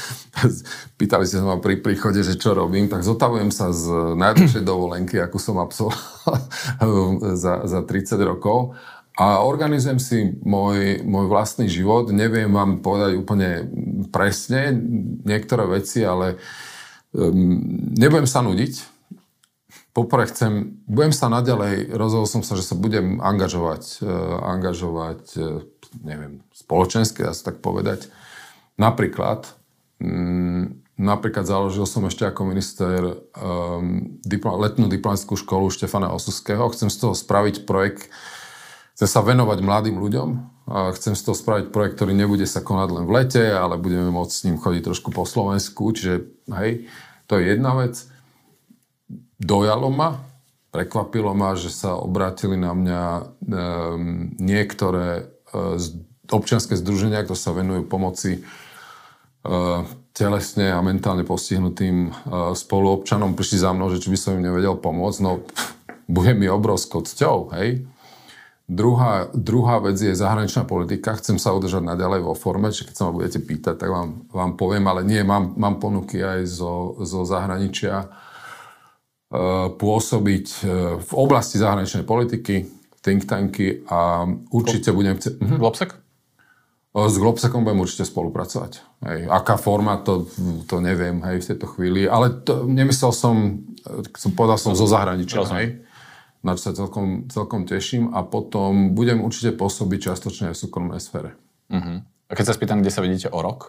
pýtali ste ma pri príchode, že čo robím, tak zotavujem sa z najdlhšej dovolenky, akú som absolvoval za, za tridsať rokov. A organizujem si môj, môj vlastný život. Neviem vám povedať úplne presne niektoré veci, ale um, nebudem sa nudiť. Poprvé chcem, budem sa naďalej, rozhodol som sa, že sa budem angažovať, uh, angažovať, uh, neviem, spoločensky, dá sa tak povedať. Napríklad, um, napríklad založil som ešte ako minister um, diplom, letnú diplomatickú školu Štefana Osuského. Chcem z toho spraviť projekt. Chcem sa venovať mladým ľuďom a chcem z toho spraviť projekt, ktorý nebude sa konať len v lete, ale budeme môcť s ním chodiť trošku po Slovensku. Čiže, hej, to je jedna vec. Dojalo ma, prekvapilo ma, že sa obrátili na mňa um, niektoré uh, občianske združenia, ktoré sa venujú pomoci uh, telesne a mentálne postihnutým uh, spoluobčanom. Prišli za mnou, že či by som im nevedel pomôcť. No, bude mi obrovskou cťou, hej. Druhá, druhá vec je zahraničná politika. Chcem sa udržať naďalej vo forme, čiže keď sa ma budete pýtať, tak vám, vám poviem, ale nie, mám, mám ponuky aj zo, zo zahraničia e, pôsobiť e, v oblasti zahraničnej politiky, think tanky a určite Ko- budem chcieť... Mhm. Globsek? S Globsekom budem určite spolupracovať. Hej. Aká forma, to, to neviem, hej, v tejto chvíli, ale to, nemyslel som, povedal som zo zahraničia, hej. Na čo sa celkom, celkom teším a potom budem určite pôsobiť čiastočne aj v súkromnej sfére. Uh-huh. A keď sa spýtam, kde sa vidíte o rok?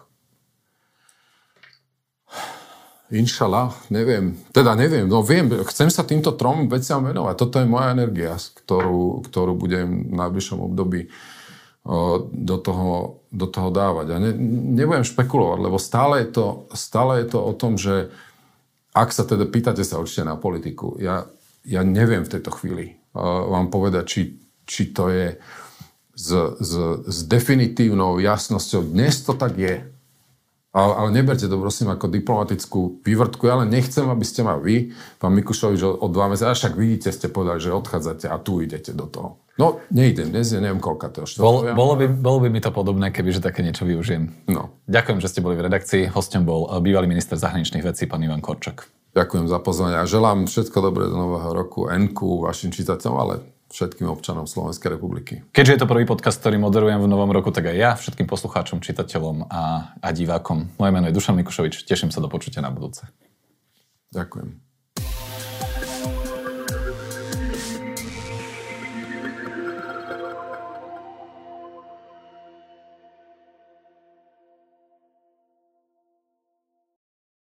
Inšallah, neviem. Teda neviem, no viem, chcem sa týmto trom veciam venovať. Toto je moja energia, ktorú, ktorú budem v najbližšom období o, do, toho, do toho dávať. A ne, nebudem špekulovať, lebo stále je, to, stále je to o tom, že ak sa teda pýtate sa určite na politiku, ja Ja neviem v tejto chvíli uh, vám povedať, či, či to je s, s, s definitívnou jasnosťou. Dnes to tak je. Ale, ale neberte to prosím ako diplomatickú vývrtku. Ja len nechcem, aby ste ma vy, pán Mikušovič, o, o dva mesiace, a však vidíte, ste povedali, že odchádzate a tu idete do toho. No, nejdem. Dnes je neviem koľka to. Bol, bolo, by, bolo by mi to podobné, kebyže také niečo využijem. No. Ďakujem, že ste boli v redakcii. Hosťom bol bývalý minister zahraničných vecí, pán Ivan Korčok. Ďakujem za pozvanie a želám všetko dobré do nového roku en-ku vašim čitateľom, ale všetkým občanom Slovenskej republiky. Keďže je to prvý podcast, ktorý moderujem v novom roku, tak aj ja všetkým poslucháčom, čitateľom a, a divákom. Moje meno je Dušan Mikušovič. Teším sa do počutia na budúce. Ďakujem.